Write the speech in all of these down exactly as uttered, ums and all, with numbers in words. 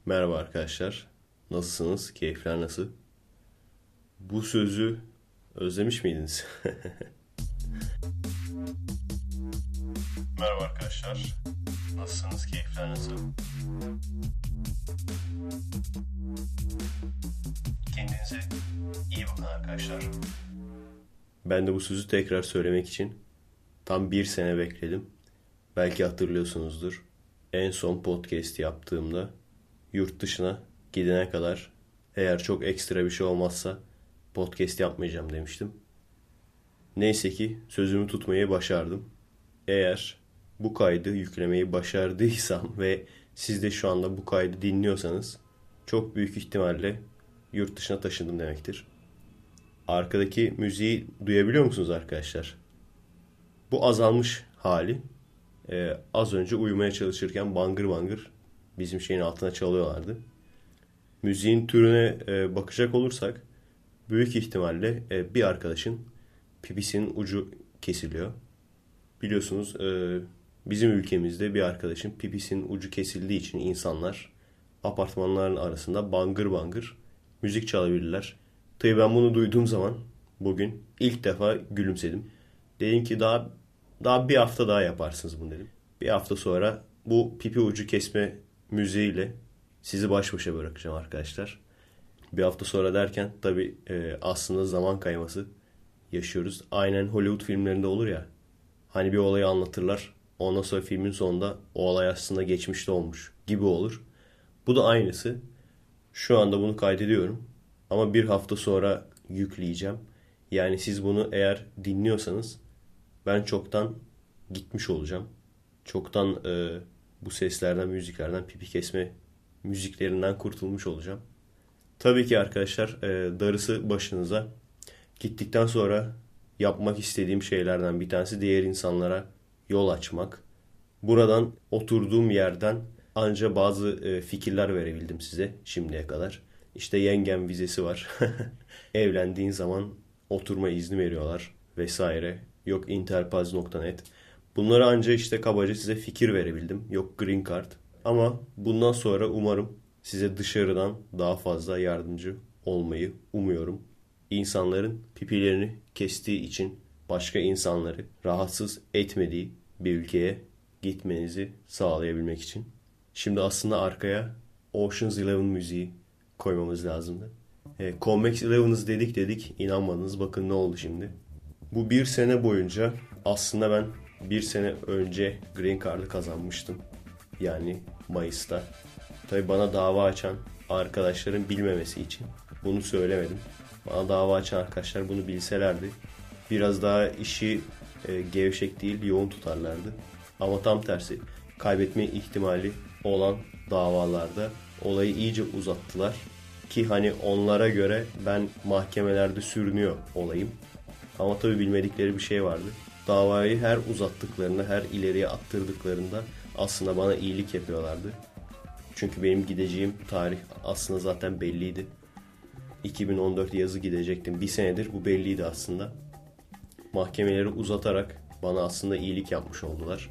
Merhaba arkadaşlar. Nasılsınız? Keyifler nasıl? Bu sözü özlemiş miydiniz? Merhaba arkadaşlar. Nasılsınız? Keyifler nasıl? Kendinize iyi bakın arkadaşlar. Ben de bu sözü tekrar söylemek için tam bir sene bekledim. Belki hatırlıyorsunuzdur. En son podcast yaptığımda yurt dışına gidene kadar eğer çok ekstra bir şey olmazsa podcast yapmayacağım demiştim. Neyse ki sözümü tutmayı başardım. Eğer bu kaydı yüklemeyi başardıysam ve siz de şu anda bu kaydı dinliyorsanız çok büyük ihtimalle yurt dışına taşındım demektir. Arkadaki müziği duyabiliyor musunuz arkadaşlar? Bu azalmış hali. Ee, az önce uyumaya çalışırken bangır bangır bizim şeyin altına çalıyorlardı. Müziğin türüne e, bakacak olursak büyük ihtimalle e, bir arkadaşın pipisinin ucu kesiliyor. Biliyorsunuz e, bizim ülkemizde bir arkadaşın pipisinin ucu kesildiği için insanlar apartmanların arasında bangır bangır müzik çalabilirler. Tabii ben bunu duyduğum zaman bugün ilk defa gülümsedim. Dedim ki daha daha bir hafta daha yaparsınız bunu dedim. Bir hafta sonra bu pipi ucu kesme müziğiyle sizi baş başa bırakacağım arkadaşlar. Bir hafta sonra derken tabii e, aslında zaman kayması yaşıyoruz. Aynen Hollywood filmlerinde olur ya. Hani bir olayı anlatırlar. Ondan sonra filmin sonunda o olay aslında geçmişte olmuş gibi olur. Bu da aynısı. Şu anda bunu kaydediyorum. Ama bir hafta sonra yükleyeceğim. Yani siz bunu eğer dinliyorsanız ben çoktan gitmiş olacağım. Çoktan e, bu seslerden, müziklerden, pipi kesme müziklerinden kurtulmuş olacağım. Tabii ki arkadaşlar e, darısı başınıza. Gittikten sonra yapmak istediğim şeylerden bir tanesi diğer insanlara yol açmak. Buradan oturduğum yerden anca bazı e, fikirler verebildim size şimdiye kadar. İşte yengem vizesi var. Evlendiğin zaman oturma izni veriyorlar vesaire. Yok interpaz nokta net. Bunları anca işte kabaca size fikir verebildim. Yok green card. Ama bundan sonra umarım size dışarıdan daha fazla yardımcı olmayı umuyorum. İnsanların pipilerini kestiği için başka insanları rahatsız etmediği bir ülkeye gitmenizi sağlayabilmek için. Şimdi aslında arkaya Ocean's Eleven müziği koymamız lazımdı. E, Convex Eleven'ız dedik dedik inanmadınız, bakın ne oldu şimdi. Bu bir sene boyunca aslında ben bir sene önce Green Card'ı kazanmıştım. Yani Mayıs'ta. Tabii bana dava açan arkadaşların bilmemesi için bunu söylemedim. Bana dava açan arkadaşlar bunu bilselerdi biraz daha işi e, gevşek değil yoğun tutarlardı. Ama tam tersi kaybetme ihtimali olan davalarda olayı iyice uzattılar. Ki hani onlara göre ben mahkemelerde sürünüyor olayım. Ama tabii bilmedikleri bir şey vardı. Davayı her uzattıklarında, her ileriye attırdıklarında aslında bana iyilik yapıyorlardı. Çünkü benim gideceğim tarih aslında zaten belliydi. iki bin on dört yazı gidecektim. Bir senedir bu belliydi aslında. Mahkemeleri uzatarak bana aslında iyilik yapmış oldular.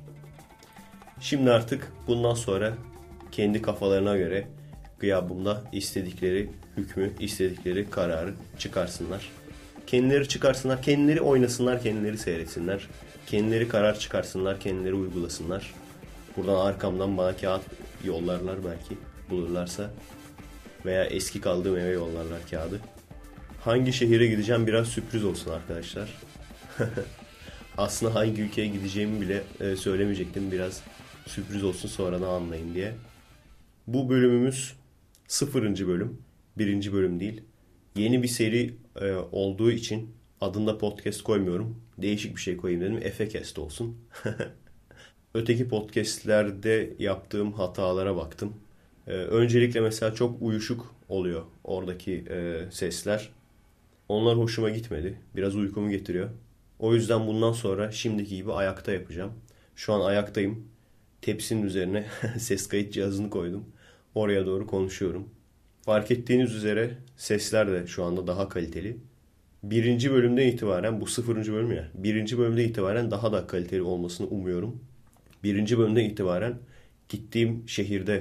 Şimdi artık bundan sonra kendi kafalarına göre gıyabımda istedikleri hükmü, istedikleri kararı çıkarsınlar. Kendileri çıkarsınlar, kendileri oynasınlar, kendileri seyretsinler. Kendileri karar çıkarsınlar, kendileri uygulasınlar. Buradan arkamdan bana kağıt yollarlar belki bulurlarsa. Veya eski kaldığım eve yollarlar kağıdı. Hangi şehire gideceğim biraz sürpriz olsun arkadaşlar. Aslında hangi ülkeye gideceğimi bile e, söylemeyecektim. Biraz sürpriz olsun sonradan anlayın diye. Bu bölümümüz sıfırıncı bölüm. Birinci bölüm değil. Yeni bir seri e, olduğu için adında podcast koymuyorum. Değişik bir şey koyayım dedim. Efecast olsun. Öteki podcastlerde yaptığım hatalara baktım. Ee, öncelikle mesela çok uyuşuk oluyor oradaki e, sesler. Onlar hoşuma gitmedi. Biraz uykumu getiriyor. O yüzden bundan sonra şimdiki gibi ayakta yapacağım. Şu an ayaktayım. Tepsinin üzerine ses kayıt cihazını koydum. Oraya doğru konuşuyorum. Fark ettiğiniz üzere sesler de şu anda daha kaliteli. Birinci bölümden itibaren, bu sıfırıncı bölüm ya. Birinci bölümden itibaren daha da kaliteli olmasını umuyorum. Birinci bölümden itibaren gittiğim şehirde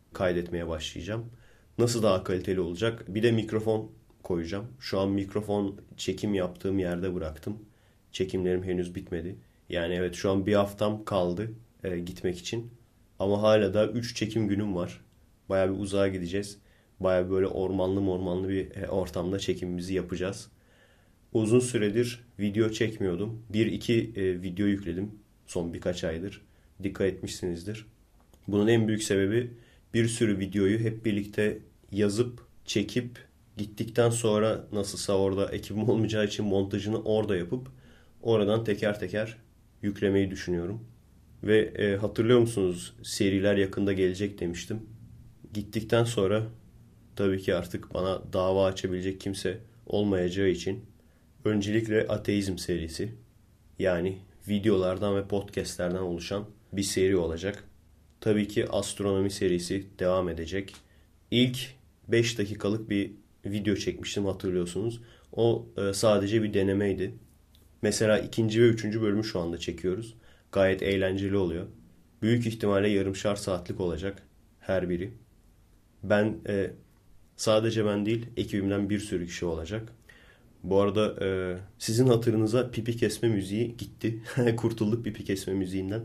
kaydetmeye başlayacağım. Nasıl daha kaliteli olacak? Bir de mikrofon koyacağım. Şu an mikrofon çekim yaptığım yerde bıraktım. Çekimlerim henüz bitmedi. Yani evet, şu an bir haftam kaldı e, gitmek için. Ama hala da üç çekim günüm var. Bayağı bir uzağa gideceğiz. Bayağı böyle ormanlı ormanlı bir e, ortamda çekimimizi yapacağız. Uzun süredir video çekmiyordum. Bir iki e, video yükledim son birkaç aydır. Dikkat etmişsinizdir. Bunun en büyük sebebi, bir sürü videoyu hep birlikte yazıp, çekip, gittikten sonra nasılsa orada ekibim olmayacağı için montajını orada yapıp, oradan teker teker yüklemeyi düşünüyorum. Ve e, hatırlıyor musunuz, seriler yakında gelecek demiştim. Gittikten sonra tabii ki artık bana dava açabilecek kimse olmayacağı için öncelikle ateizm serisi, yani videolardan ve podcastlerden oluşan bir seri olacak. Tabii ki astronomi serisi devam edecek. İlk beş dakikalık bir video çekmiştim, hatırlıyorsunuz. O e, sadece bir denemeydi. Mesela ikinci ve üçüncü bölümü şu anda çekiyoruz. Gayet eğlenceli oluyor. Büyük ihtimalle yarımşar saatlik olacak her biri. Ben e, sadece ben değil, ekibimden bir sürü kişi olacak. Bu arada e, sizin hatırınıza pipi kesme müziği gitti. Kurtulduk pipi kesme müziğinden.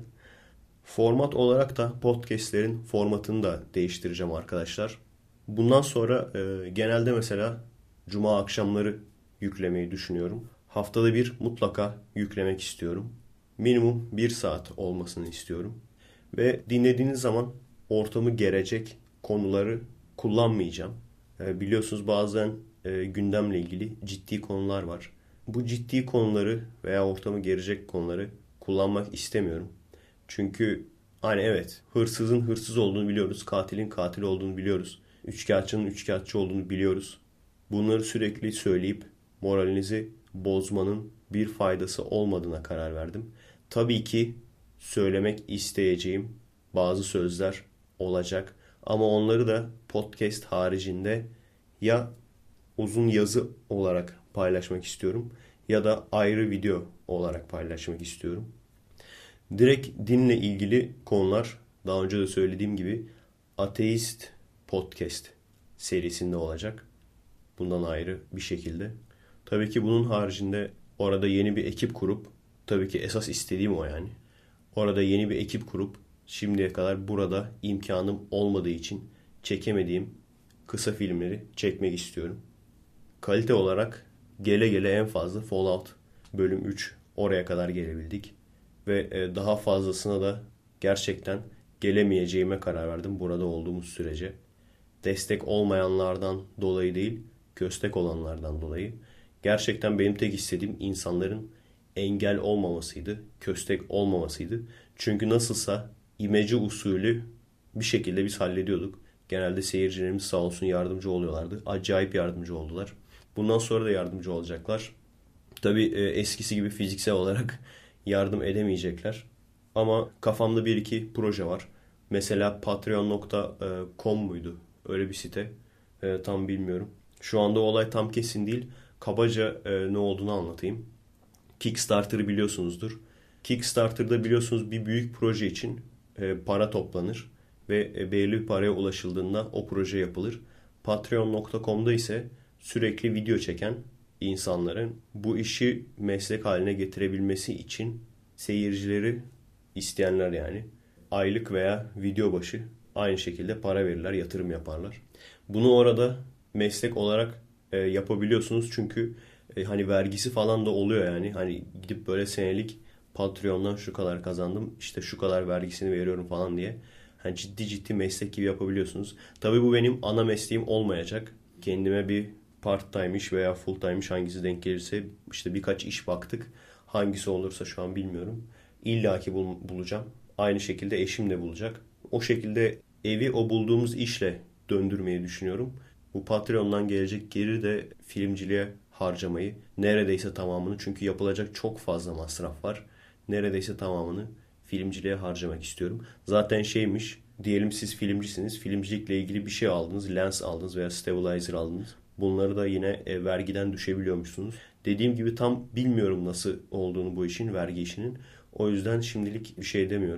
Format olarak da podcastlerin formatını da değiştireceğim arkadaşlar. Bundan sonra e, genelde mesela cuma akşamları yüklemeyi düşünüyorum. Haftada bir mutlaka yüklemek istiyorum. Minimum bir saat olmasını istiyorum. Ve dinlediğiniz zaman ortamı gerecek konuları kullanmayacağım. E, biliyorsunuz bazen e, gündemle ilgili ciddi konular var. Bu ciddi konuları veya ortamı gerecek konuları kullanmak istemiyorum. Çünkü hani evet, hırsızın hırsız olduğunu biliyoruz. Katilin katil olduğunu biliyoruz. Üçkağıtçının üçkağıtçı olduğunu biliyoruz. Bunları sürekli söyleyip moralinizi bozmanın bir faydası olmadığına karar verdim. Tabii ki söylemek isteyeceğim bazı sözler olacak. Ama onları da podcast haricinde ya uzun yazı olarak paylaşmak istiyorum ya da ayrı video olarak paylaşmak istiyorum. Direkt dinle ilgili konular, daha önce de söylediğim gibi, ateist podcast serisinde olacak. Bundan ayrı bir şekilde. Tabii ki bunun haricinde orada yeni bir ekip kurup, tabii ki esas istediğim o yani. Orada yeni bir ekip kurup, şimdiye kadar burada imkanım olmadığı için çekemediğim kısa filmleri çekmek istiyorum. Kalite olarak gele gele en fazla Fallout bölüm üç, oraya kadar gelebildik. Ve daha fazlasına da gerçekten gelemeyeceğime karar verdim burada olduğumuz sürece. Destek olmayanlardan dolayı değil, köstek olanlardan dolayı. Gerçekten benim tek istediğim insanların engel olmamasıydı, köstek olmamasıydı. Çünkü nasılsa imece usulü bir şekilde biz hallediyorduk. Genelde seyircilerimiz sağ olsun yardımcı oluyorlardı. Acayip yardımcı oldular. Bundan sonra da yardımcı olacaklar. Tabii eskisi gibi fiziksel olarak yardım edemeyecekler. Ama kafamda bir iki proje var. Mesela patreon nokta com muydu? Öyle bir site. E, tam bilmiyorum. Şu anda olay tam kesin değil. Kabaca e, ne olduğunu anlatayım. Kickstarter'ı biliyorsunuzdur. Kickstarter'da biliyorsunuz bir büyük proje için e, para toplanır. Ve e, belirli bir paraya ulaşıldığında o proje yapılır. patreon nokta com'da ise sürekli video çeken insanların bu işi meslek haline getirebilmesi için seyircileri isteyenler, yani aylık veya video başı aynı şekilde para verirler, yatırım yaparlar. Bunu orada meslek olarak e, yapabiliyorsunuz çünkü e, hani vergisi falan da oluyor yani. Hani gidip böyle senelik Patreon'dan şu kadar kazandım, işte şu kadar vergisini veriyorum falan diye. Hani ciddi ciddi meslek gibi yapabiliyorsunuz. Tabii bu benim ana mesleğim olmayacak. Kendime bir part time iş veya full time iş, hangisi denk gelirse, işte birkaç iş baktık. Hangisi olursa şu an bilmiyorum. İlla ki bul- bulacağım. Aynı şekilde eşim de bulacak. O şekilde evi o bulduğumuz işle döndürmeyi düşünüyorum. Bu Patreon'dan gelecek geri de filmciliğe harcamayı, neredeyse tamamını, çünkü yapılacak çok fazla masraf var. Neredeyse tamamını filmciliğe harcamak istiyorum. Zaten şeymiş, diyelim siz filmcisiniz. Filmcilikle ilgili bir şey aldınız. Lens aldınız veya stabilizer aldınız. Bunları da yine e, vergiden düşebiliyormuşsunuz. Dediğim gibi tam bilmiyorum nasıl olduğunu bu işin, vergi işinin. O yüzden şimdilik bir şey demiyorum.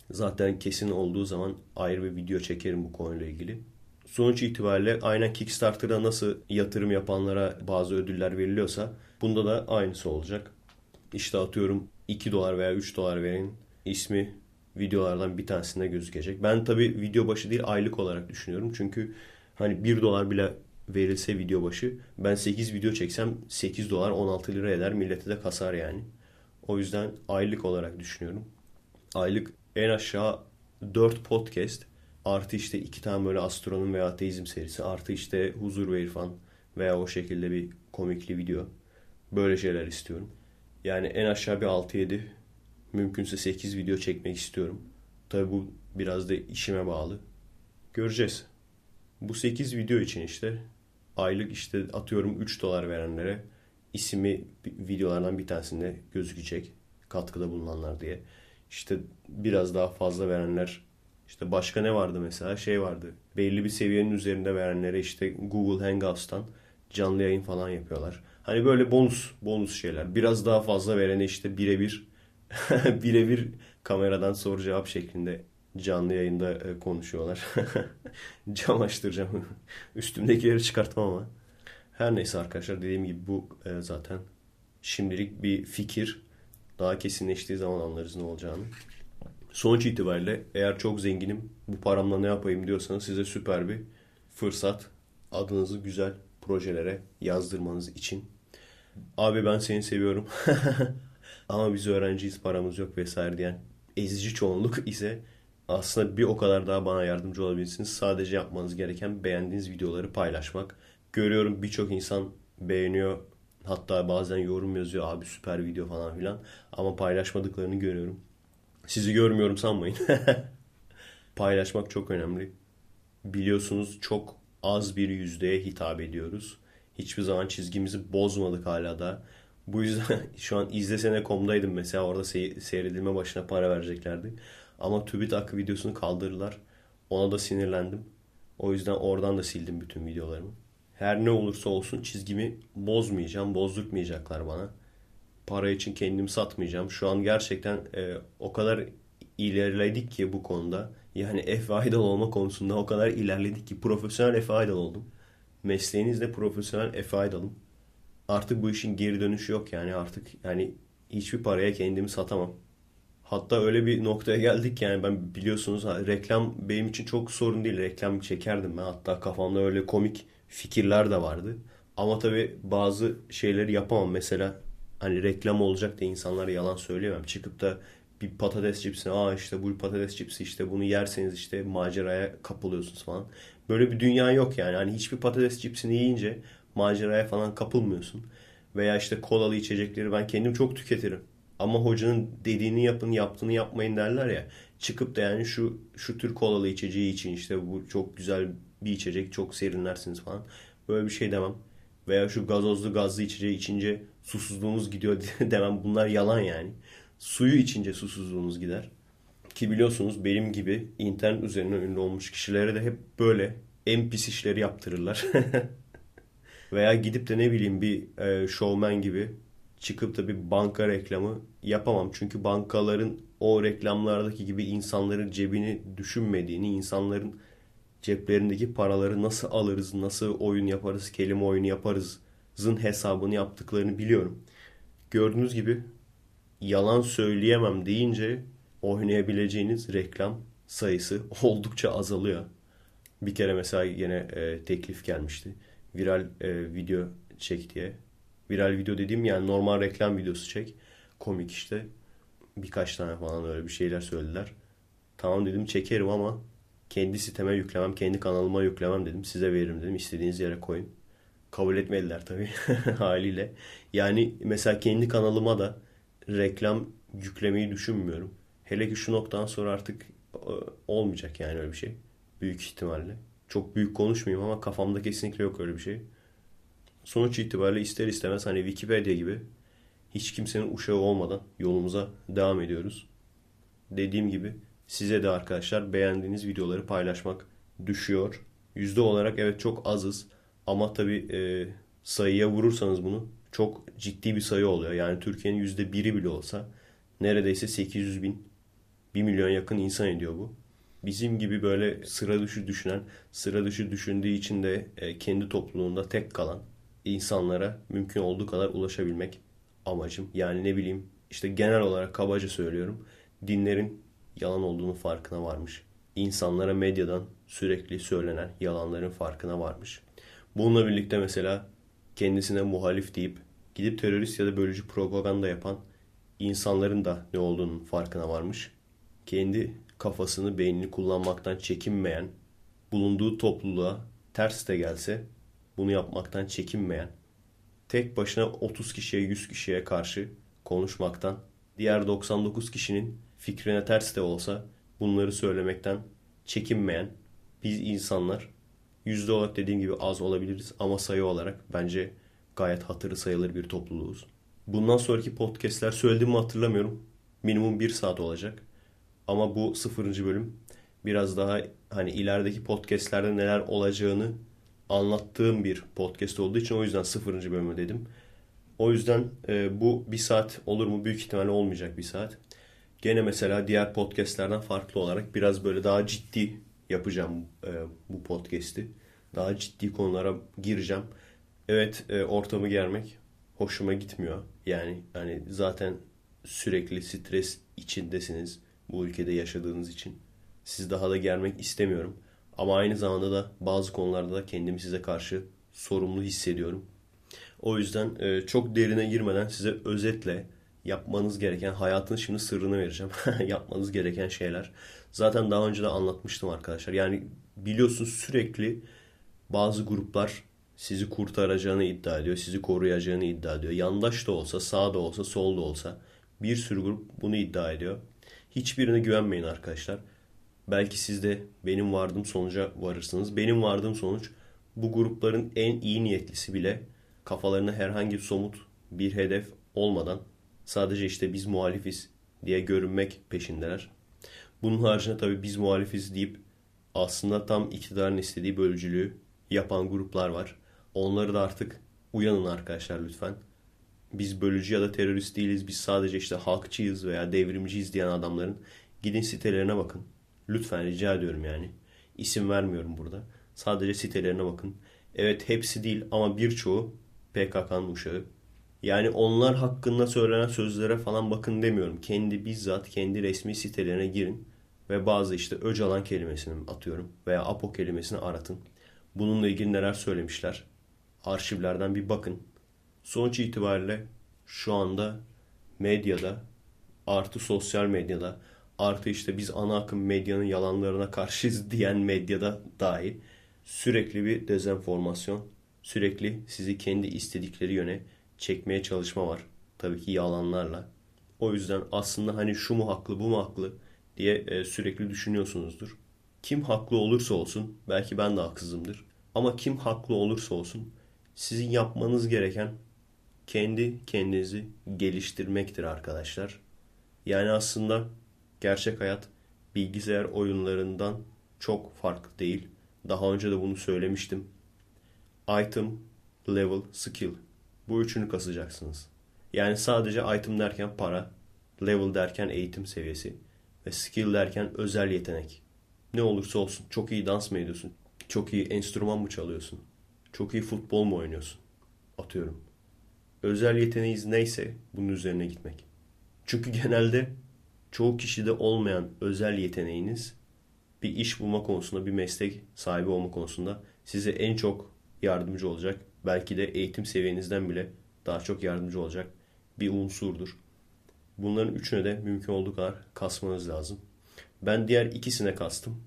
Zaten kesin olduğu zaman ayrı bir video çekerim bu konuyla ilgili. Sonuç itibariyle aynen Kickstarter'da nasıl yatırım yapanlara bazı ödüller veriliyorsa bunda da aynısı olacak. İşte atıyorum iki dolar veya üç dolar verin, ismi videolardan bir tanesinde gözükecek. Ben tabii video başı değil aylık olarak düşünüyorum. Çünkü hani bir dolar bile verilse video başı ben sekiz video çeksem sekiz dolar on altı lira eder. Millete de kasar yani. O yüzden aylık olarak düşünüyorum. Aylık en aşağı dört podcast artı işte iki tane böyle astronom veya ateizm serisi artı işte huzur ve irfan veya o şekilde bir komikli video. Böyle şeyler istiyorum. Yani en aşağı bir altı yedi, mümkünse sekiz video çekmek istiyorum. Tabi bu biraz da işime bağlı. Göreceğiz. Bu sekiz video için işte aylık işte atıyorum üç dolar verenlere ismi videolardan bir tanesinde gözükecek. Katkıda bulunanlar diye. İşte biraz daha fazla verenler, işte başka ne vardı mesela, şey vardı. Belli bir seviyenin üzerinde verenlere işte Google Hangouts'tan canlı yayın falan yapıyorlar. Hani böyle bonus bonus şeyler. Biraz daha fazla verene işte birebir birebir kameradan soru cevap şeklinde canlı yayında e, konuşuyorlar. Cam açtıracağım. Üstümdekileri çıkartmam ama. Her neyse arkadaşlar, dediğim gibi bu e, zaten şimdilik bir fikir. Daha kesinleştiği zaman anlarız ne olacağını. Sonuç itibariyle eğer çok zenginim, bu paramla ne yapayım diyorsanız size süper bir fırsat. Adınızı güzel projelere yazdırmanız için. Abi ben seni seviyorum. Ama biz öğrenciyiz, paramız yok vesaire diyen ezici çoğunluk ise aslında bir o kadar daha bana yardımcı olabilirsiniz. Sadece yapmanız gereken beğendiğiniz videoları paylaşmak. Görüyorum birçok insan beğeniyor. Hatta bazen yorum yazıyor, abi süper video falan filan. Ama paylaşmadıklarını görüyorum. Sizi görmüyorum sanmayın. Paylaşmak çok önemli. Biliyorsunuz çok az bir yüzdeye hitap ediyoruz. Hiçbir zaman çizgimizi bozmadık hala da. Bu yüzden şu an izlesene nokta com'daydım mesela, orada sey- seyredilme başına para vereceklerdi. Ama TÜBİTAK videosunu kaldırdılar. Ona da sinirlendim. O yüzden oradan da sildim bütün videolarımı. Her ne olursa olsun çizgimi bozmayacağım, bozdurtmayacaklar bana. Para için kendimi satmayacağım. Şu an gerçekten e, o kadar ilerledik ki bu konuda. Yani F idol olma konusunda o kadar ilerledik ki profesyonel F idol oldum. Mesleğinizde profesyonel F idol'um. Artık bu işin geri dönüşü yok yani, artık yani hiçbir paraya kendimi satamam. Hatta öyle bir noktaya geldik yani, ben biliyorsunuz reklam benim için çok sorun değil. Reklam çekerdim ben. Hatta kafamda öyle komik fikirler de vardı. Ama tabii bazı şeyleri yapamam. Mesela hani reklam olacak diye insanlara yalan söyleyemem. Çıkıp da bir patates cipsine, aa işte bu patates cipsi, işte bunu yerseniz işte maceraya kapılıyorsunuz falan. Böyle bir dünya yok yani. Hani hiçbir patates cipsini yiyince maceraya falan kapılmıyorsun. Veya işte kolalı içecekleri ben kendim çok tüketirim. Ama hocanın dediğini yapın, yaptığını yapmayın derler ya. Çıkıp da yani şu şu tür kolalı içeceği için, işte bu çok güzel bir içecek, çok serinlersiniz falan. Böyle bir şey demem. Veya şu gazozlu gazlı içeceği içince susuzluğunuz gidiyor demem. Bunlar yalan yani. Suyu içince susuzluğunuz gider. Ki biliyorsunuz benim gibi internet üzerinden ünlü olmuş kişilere de hep böyle en pis işleri yaptırırlar. Veya gidip de ne bileyim bir e, showman gibi çıkıp da bir banka reklamı yapamam. Çünkü bankaların o reklamlardaki gibi insanların cebini düşünmediğini, insanların ceplerindeki paraları nasıl alırız, nasıl oyun yaparız, kelime oyunu yaparızın hesabını yaptıklarını biliyorum. Gördüğünüz gibi yalan söyleyemem deyince oynayabileceğiniz reklam sayısı oldukça azalıyor. Bir kere mesela yine e, teklif gelmişti. Viral e, video çek diye. Viral video dediğim yani normal reklam videosu çek. Komik işte. Birkaç tane falan öyle bir şeyler söylediler. Tamam dedim, çekerim ama kendi siteme yüklemem, kendi kanalıma yüklemem dedim. Size veririm dedim. İstediğiniz yere koyun. Kabul etmediler tabii haliyle. Yani mesela kendi kanalıma da reklam yüklemeyi düşünmüyorum. Hele ki şu noktadan sonra artık e, olmayacak yani öyle bir şey. Büyük ihtimalle. Çok büyük konuşmayayım ama kafamda kesinlikle yok öyle bir şey. Sonuç itibariyle ister istemez hani Wikipedia gibi hiç kimsenin uşağı olmadan yolumuza devam ediyoruz. Dediğim gibi size de arkadaşlar beğendiğiniz videoları paylaşmak düşüyor. Yüzde olarak evet çok azız ama tabii e, sayıya vurursanız bunu çok ciddi bir sayı oluyor. Yani Türkiye'nin yüzde biri bile olsa neredeyse sekiz yüz bin, Bir milyon yakın insan ediyor bu. Bizim gibi böyle sıra dışı düşünen, sıra dışı düşündüğü için de e, kendi topluluğunda tek kalan insanlara mümkün olduğu kadar ulaşabilmek amacım. Yani ne bileyim işte genel olarak kabaca söylüyorum. Dinlerin yalan olduğunu farkına varmış. İnsanlara medyadan sürekli söylenen yalanların farkına varmış. Bununla birlikte mesela kendisine muhalif deyip gidip terörist ya da bölücü propaganda yapan insanların da ne olduğunun farkına varmış. Kendi kafasını, beynini kullanmaktan çekinmeyen, bulunduğu topluluğa ters de gelse bunu yapmaktan çekinmeyen, tek başına otuz kişiye, yüz kişiye karşı konuşmaktan, diğer doksan dokuz kişinin fikrine ters de olsa bunları söylemekten çekinmeyen biz insanlar, yüzde olarak dediğim gibi az olabiliriz ama sayı olarak bence gayet hatırı sayılır bir topluluğuz. Bundan sonraki podcastler söylediğimi hatırlamıyorum. Minimum bir saat olacak. Ama bu sıfırıncı bölüm biraz daha hani ilerideki podcastlerde neler olacağını anlattığım bir podcast olduğu için o yüzden sıfırıncı bölümü dedim. O yüzden e, bu bir saat olur mu? Büyük ihtimalle olmayacak bir saat. Gene mesela diğer podcastlerden farklı olarak biraz böyle daha ciddi yapacağım e, bu podcast'i. Daha ciddi konulara gireceğim. Evet, e, ortamı germek hoşuma gitmiyor. Yani hani zaten sürekli stres içindesiniz bu ülkede yaşadığınız için. Sizi daha da germek istemiyorum. Ama aynı zamanda da bazı konularda da kendimi size karşı sorumlu hissediyorum. O yüzden e, çok derine girmeden size özetle yapmanız gereken, hayatın şimdi sırrını vereceğim. Yapmanız gereken şeyler. Zaten daha önce de anlatmıştım arkadaşlar. Yani biliyorsunuz sürekli bazı gruplar sizi kurtaracağını iddia ediyor, sizi koruyacağını iddia ediyor. Yandaş da olsa, sağ da olsa, sol da olsa bir sürü grup bunu iddia ediyor. Hiçbirine güvenmeyin arkadaşlar. Belki siz de benim vardığım sonuca varırsınız. Benim vardığım sonuç bu grupların en iyi niyetlisi bile kafalarına herhangi somut bir hedef olmadan sadece işte biz muhalifiz diye görünmek peşindeler. Bunun haricinde tabii biz muhalifiz deyip aslında tam iktidarın istediği bölücülüğü yapan gruplar var. Onları da artık uyanın arkadaşlar lütfen. Biz bölücü ya da terörist değiliz. Biz sadece işte halkçıyız veya devrimciyiz diyen adamların gidin sitelerine bakın. Lütfen rica ediyorum yani. İsim vermiyorum burada. Sadece sitelerine bakın. Evet hepsi değil ama birçoğu P K K'nın uşağı. Yani onlar hakkında söylenen sözlere falan bakın demiyorum. Kendi bizzat kendi resmi sitelerine girin ve bazı işte Öcalan kelimesini atıyorum veya Apo kelimesini aratın. Bununla ilgili neler söylemişler? Arşivlerden bir bakın. Sonuç itibariyle şu anda medyada artı sosyal medyada artı işte biz ana akım medyanın yalanlarına karşıyız diyen medyada dahi sürekli bir dezenformasyon, sürekli sizi kendi istedikleri yöne çekmeye çalışma var. Tabii ki yalanlarla. O yüzden aslında hani şu mu haklı bu mu haklı diye e, sürekli düşünüyorsunuzdur. Kim haklı olursa olsun belki ben de haksızımdır. Ama kim haklı olursa olsun sizin yapmanız gereken kendi kendinizi geliştirmektir arkadaşlar. Yani aslında gerçek hayat bilgisayar oyunlarından çok farklı değil. Daha önce de bunu söylemiştim. Item, level, skill. Bu üçünü kasacaksınız. Yani sadece item derken para, level derken eğitim seviyesi ve skill derken özel yetenek. Ne olursa olsun çok iyi dans mı ediyorsun? Çok iyi enstrüman mı çalıyorsun? Çok iyi futbol mu oynuyorsun? Atıyorum. Özel yeteneğiniz neyse bunun üzerine gitmek. Çünkü genelde çoğu kişide olmayan özel yeteneğiniz bir iş bulma konusunda, bir meslek sahibi olma konusunda size en çok yardımcı olacak. Belki de eğitim seviyenizden bile daha çok yardımcı olacak bir unsurdur. Bunların üçüne de mümkün olduğu kadar kasmanız lazım. Ben diğer ikisine kastım.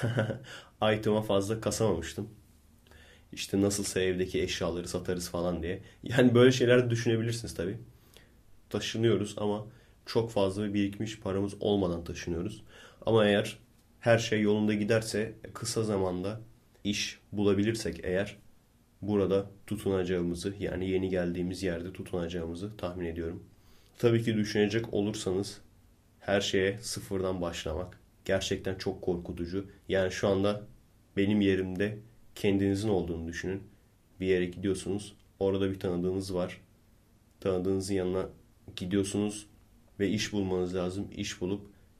Item'a fazla kasamamıştım. İşte nasılsa evdeki eşyaları satarız falan diye. Yani böyle şeyler de düşünebilirsiniz tabii. Taşınıyoruz ama çok fazla bir birikmiş paramız olmadan taşınıyoruz. Ama eğer her şey yolunda giderse kısa zamanda iş bulabilirsek eğer burada tutunacağımızı yani yeni geldiğimiz yerde tutunacağımızı tahmin ediyorum. Tabii ki düşünecek olursanız her şeye sıfırdan başlamak gerçekten çok korkutucu. Yani şu anda benim yerimde kendinizin olduğunu düşünün. Bir yere gidiyorsunuz. Orada bir tanıdığınız var. Tanıdığınızın yanına gidiyorsunuz ve iş bulmanız lazım. İş bulup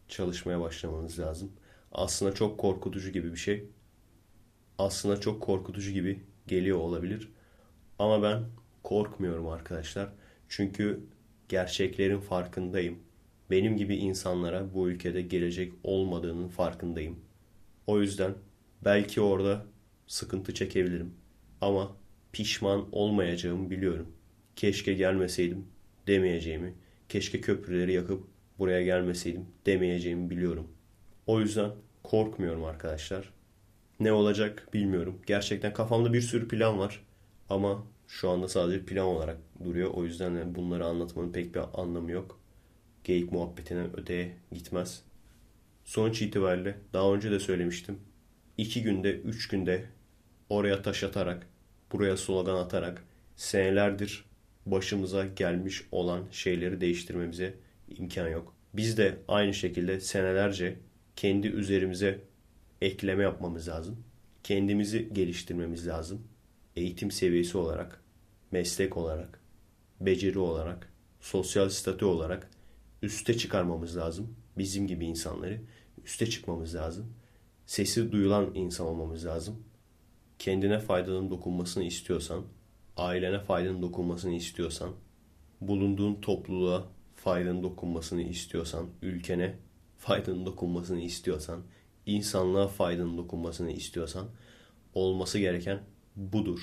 çalışmaya başlamanız lazım. Aslında çok korkutucu gibi bir şey. Aslında çok korkutucu gibi geliyor olabilir. Ama ben korkmuyorum arkadaşlar. Çünkü gerçeklerin farkındayım. Benim gibi insanlara bu ülkede gelecek olmadığının farkındayım. O yüzden belki orada sıkıntı çekebilirim. Ama pişman olmayacağımı biliyorum. Keşke gelmeseydim demeyeceğimi, keşke köprüleri yakıp buraya gelmeseydim demeyeceğimi biliyorum. O yüzden korkmuyorum arkadaşlar. Ne olacak bilmiyorum. Gerçekten kafamda bir sürü plan var. Ama şu anda sadece plan olarak duruyor. O yüzden bunları anlatmanın pek bir anlamı yok. Geyik muhabbetinden öteye gitmez. Sonuç itibariyle daha önce de söylemiştim. İki günde, üç günde oraya taş atarak, buraya slogan atarak senelerdir başımıza gelmiş olan şeyleri değiştirmemize imkan yok. Biz de aynı şekilde senelerce kendi üzerimize ekleme yapmamız lazım. Kendimizi geliştirmemiz lazım. Eğitim seviyesi olarak, meslek olarak, beceri olarak, sosyal statü olarak üste çıkarmamız lazım. Bizim gibi insanları üste çıkmamız lazım. Sesi duyulan insan olmamız lazım. Kendine faydanın dokunmasını istiyorsan, ailene faydanın dokunmasını istiyorsan, bulunduğun topluluğa faydanın dokunmasını istiyorsan, ülkene faydanın dokunmasını istiyorsan, insanlığa faydanın dokunmasını istiyorsan, olması gereken budur.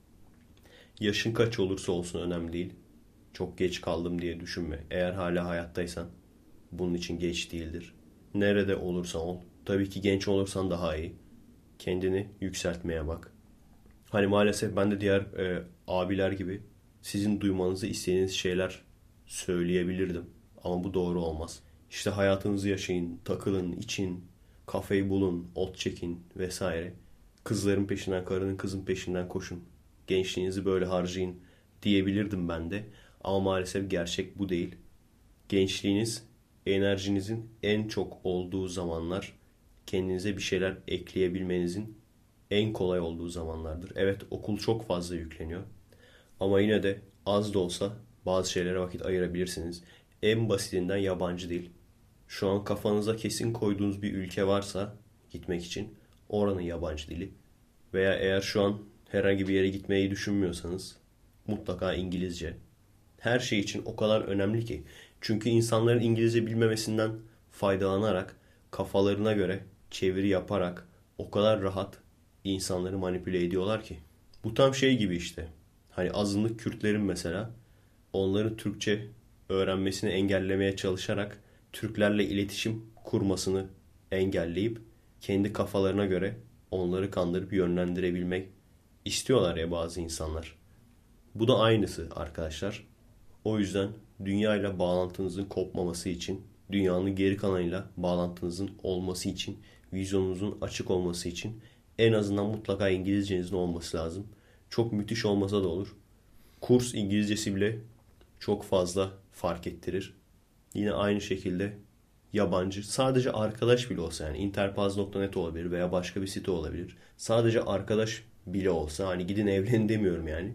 Yaşın kaç olursa olsun önemli değil. Çok geç kaldım diye düşünme. Eğer hala hayattaysan bunun için geç değildir. Nerede olursan ol. Tabii ki genç olursan daha iyi. Kendini yükseltmeye bak. Hani maalesef ben de diğer e, abiler gibi sizin duymanızı istediğiniz şeyler söyleyebilirdim. Ama bu doğru olmaz. İşte hayatınızı yaşayın, takılın, için, kafayı bulun, ot çekin vesaire. Kızların peşinden, karının kızın peşinden koşun. Gençliğinizi böyle harcayın diyebilirdim ben de. Ama maalesef gerçek bu değil. Gençliğiniz enerjinizin en çok olduğu zamanlar, kendinize bir şeyler ekleyebilmenizin en kolay olduğu zamanlardır. Evet, okul çok fazla yükleniyor. Ama yine de az da olsa bazı şeylere vakit ayırabilirsiniz. En basitinden yabancı dil. Şu an kafanıza kesin koyduğunuz bir ülke varsa gitmek için oranın yabancı dili. Veya eğer şu an herhangi bir yere gitmeyi düşünmüyorsanız mutlaka İngilizce. Her şey için o kadar önemli ki. Çünkü insanların İngilizce bilmemesinden faydalanarak, kafalarına göre çeviri yaparak o kadar rahat insanları manipüle ediyorlar ki. Bu tam şey gibi işte. Hani azınlık Kürtlerin mesela onların Türkçe öğrenmesini engellemeye çalışarak Türklerle iletişim kurmasını engelleyip kendi kafalarına göre onları kandırıp yönlendirebilmek istiyorlar ya bazı insanlar. Bu da aynısı arkadaşlar. O yüzden dünya ile bağlantınızın kopmaması için, dünyanın geri kalanıyla bağlantınızın olması için, vizyonunuzun açık olması için en azından mutlaka İngilizcenizin olması lazım. Çok müthiş olmasa da olur. Kurs İngilizcesi bile çok fazla fark ettirir. Yine aynı şekilde yabancı, sadece arkadaş bile olsa, yani interpaz nokta net olabilir veya başka bir site olabilir. Sadece arkadaş bile olsa, hani gidin evlenin demiyorum yani.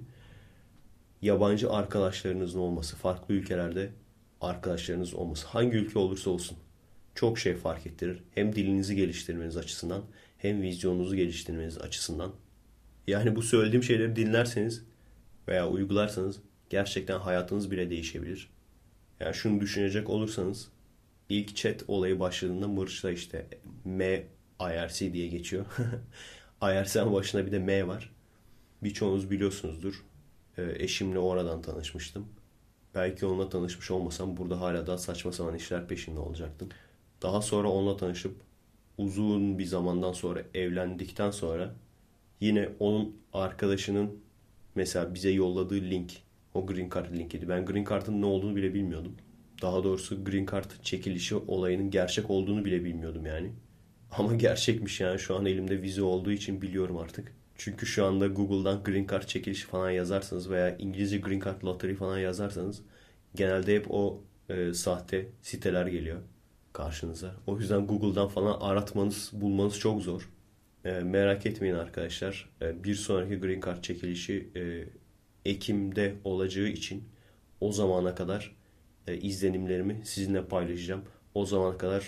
Yabancı arkadaşlarınızın olması, farklı ülkelerde arkadaşlarınız olması, hangi ülke olursa olsun çok şey fark ettirir. Hem dilinizi geliştirmeniz açısından hem vizyonunuzu geliştirmeniz açısından. Yani bu söylediğim şeyleri dinlerseniz veya uygularsanız gerçekten hayatınız bile değişebilir. Yani şunu düşünecek olursanız ilk chat olayı başladığında Mırç'ta işte M I R C diye geçiyor. I R C'nin başında bir de M var. Birçoğunuz biliyorsunuzdur. Ee, eşimle oradan tanışmıştım. Belki onunla tanışmış olmasam burada hala daha saçma sapan işler peşinde olacaktım. Daha sonra onunla tanışıp uzun bir zamandan sonra evlendikten sonra yine onun arkadaşının mesela bize yolladığı link, o Green Card linkiydi. Ben Green Card'ın ne olduğunu bile bilmiyordum. Daha doğrusu Green Card çekilişi olayının gerçek olduğunu bile bilmiyordum yani. Ama gerçekmiş yani, şu an elimde vize olduğu için biliyorum artık. Çünkü şu anda Google'dan Green Card çekilişi falan yazarsanız veya İngilizce Green Card Lottery falan yazarsanız genelde hep o e, sahte siteler geliyor karşınıza. O yüzden Google'dan falan aratmanız, bulmanız çok zor. E, merak etmeyin arkadaşlar. E, bir sonraki Green Card çekilişi e, Ekim'de olacağı için o zamana kadar e, izlenimlerimi sizinle paylaşacağım. O zamana kadar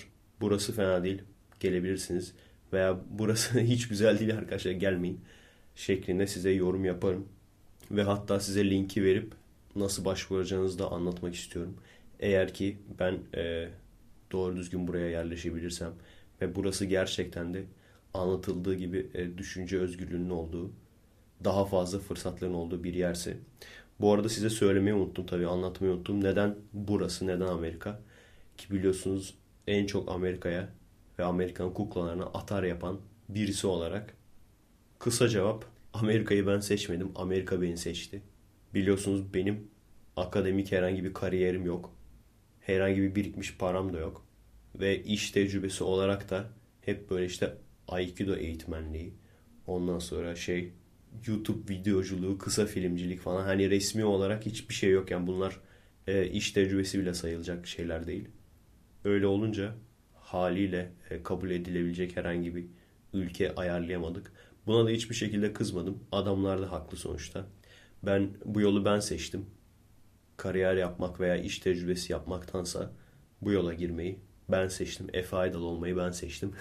burası fena değil, gelebilirsiniz. Veya burası hiç güzel değil arkadaşlar, gelmeyin şeklinde size yorum yaparım. Ve hatta size linki verip nasıl başvuracağınızı da anlatmak istiyorum. Eğer ki ben e, doğru düzgün buraya yerleşebilirsem ve burası gerçekten de anlatıldığı gibi e, düşünce özgürlüğünün olduğu, daha fazla fırsatların olduğu bir yerse. Bu arada size söylemeyi unuttum tabii, anlatmayı unuttum. Neden burası, neden Amerika? Ki biliyorsunuz en çok Amerika'ya ve Amerikan kuklalarına atar yapan birisi olarak. Kısa cevap, Amerika'yı ben seçmedim, Amerika beni seçti. Biliyorsunuz benim akademik herhangi bir kariyerim yok. Herhangi bir birikmiş param da yok. Ve iş tecrübesi olarak da hep böyle işte Aikido eğitmenliği, ondan sonra şey YouTube videoculuğu, kısa filmcilik falan, hani resmi olarak hiçbir şey yok yani bunlar e, iş tecrübesi bile sayılacak şeyler değil. Öyle olunca haliyle e, kabul edilebilecek herhangi bir ülke ayarlayamadık. Buna da hiçbir şekilde kızmadım. Adamlar da haklı sonuçta. Ben bu yolu ben seçtim. Kariyer yapmak veya iş tecrübesi yapmaktansa bu yola girmeyi ben seçtim. Efe Aydal olmayı ben seçtim.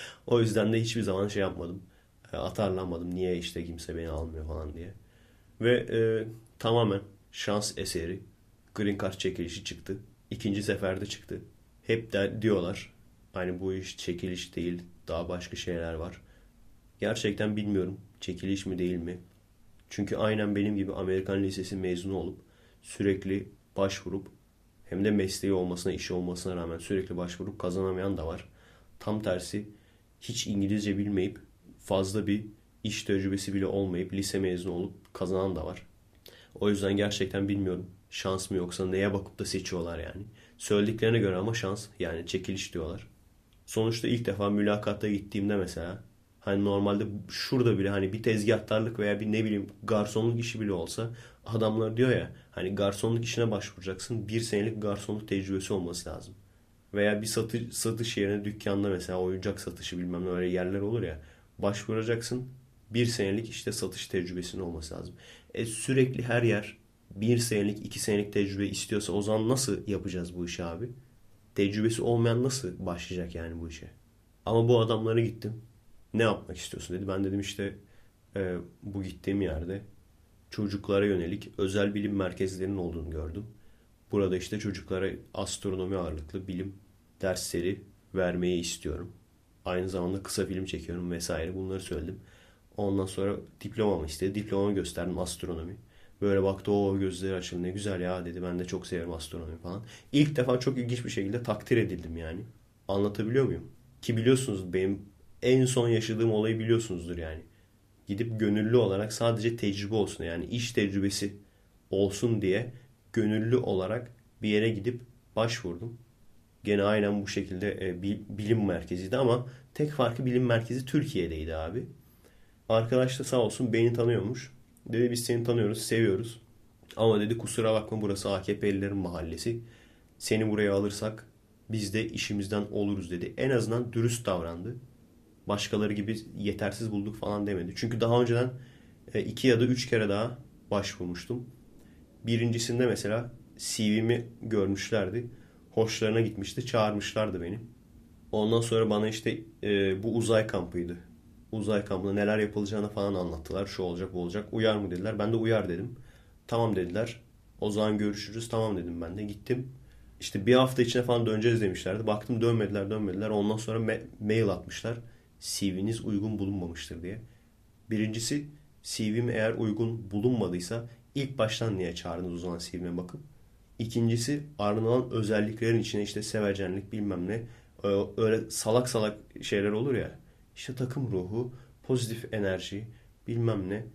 O yüzden de hiçbir zaman şey yapmadım. E, Atarlanmadım. Niye işte kimse beni almıyor falan diye. Ve e, tamamen şans eseri Green Card çekilişi çıktı. İkinci seferde çıktı. Hep de diyorlar hani bu iş çekiliş değil, daha başka şeyler var. Gerçekten bilmiyorum çekiliş mi değil mi? Çünkü aynen benim gibi Amerikan lisesi mezunu olup sürekli başvurup, hem de mesleği olmasına, işi olmasına rağmen sürekli başvurup kazanamayan da var. Tam tersi, hiç İngilizce bilmeyip, fazla bir iş tecrübesi bile olmayıp lise mezunu olup kazanan da var. O yüzden gerçekten bilmiyorum. Şans mı yoksa neye bakıp da seçiyorlar yani. Söylediklerine göre ama şans, yani çekiliş diyorlar. Sonuçta ilk defa mülakatta gittiğimde mesela, hani normalde şurada bile hani bir tezgahtarlık veya bir ne bileyim garsonluk işi bile olsa, adamlar diyor ya hani garsonluk işine başvuracaksın, bir senelik garsonluk tecrübesi olması lazım. Veya bir satış, satış yerine, dükkanda mesela oyuncak satışı bilmem ne, öyle yerler olur ya, başvuracaksın, bir senelik işte satış tecrübesinin olması lazım. E sürekli her yer bir senelik iki senelik tecrübe istiyorsa, o zaman nasıl yapacağız bu işi abi? Tecrübesi olmayan nasıl başlayacak yani bu işe? Ama bu adamlara gittim. Ne yapmak istiyorsun dedi. Ben dedim işte e, bu gittiğim yerde çocuklara yönelik özel bilim merkezlerinin olduğunu gördüm. Burada işte çocuklara astronomi ağırlıklı bilim dersleri vermeyi istiyorum. Aynı zamanda kısa film çekiyorum vesaire, bunları söyledim. Ondan sonra diplomamı istedi. Diplomamı gösterdim, astronomi. Böyle baktı, o gözleri açıldı, ne güzel ya dedi. Ben de çok severim astronomi falan. İlk defa çok ilginç bir şekilde takdir edildim yani. Anlatabiliyor muyum? Ki biliyorsunuz benim en son yaşadığım olayı biliyorsunuzdur yani. Gidip gönüllü olarak, sadece tecrübe olsun yani iş tecrübesi olsun diye gönüllü olarak bir yere gidip başvurdum. Gene aynen bu şekilde e, bilim merkeziydi ama tek farkı, bilim merkezi Türkiye'deydi abi. Arkadaş da sağ olsun beni tanıyormuş. Dedi biz seni tanıyoruz, seviyoruz. Ama dedi kusura bakma, burası A K P'lilerin mahallesi. Seni buraya alırsak biz de işimizden oluruz dedi. En azından dürüst davrandı. Başkaları gibi yetersiz bulduk falan demedi. Çünkü daha önceden e, iki ya da üç kere daha başvurmuştum. Birincisinde mesela C V'mi görmüşlerdi. Hoşlarına gitmişti. Çağırmışlardı beni. Ondan sonra bana işte e, bu uzay kampıydı. Uzay kampında neler yapılacağını falan anlattılar. Şu olacak, bu olacak. Uyar mı dediler. Ben de uyar dedim. Tamam dediler. O zaman görüşürüz. Tamam dedim ben de. Gittim. İşte bir hafta içine falan döneceğiz demişlerdi. Baktım dönmediler dönmediler. Ondan sonra ma- mail atmışlar. C V'niz uygun bulunmamıştır diye. Birincisi, C V'm eğer uygun bulunmadıysa ilk baştan niye çağırdınız o zaman C V'me bakıp. İkincisi, aranılan özelliklerin içine işte sevecenlik bilmem ne, öyle salak salak şeyler olur ya. İşte takım ruhu, pozitif enerji bilmem ne.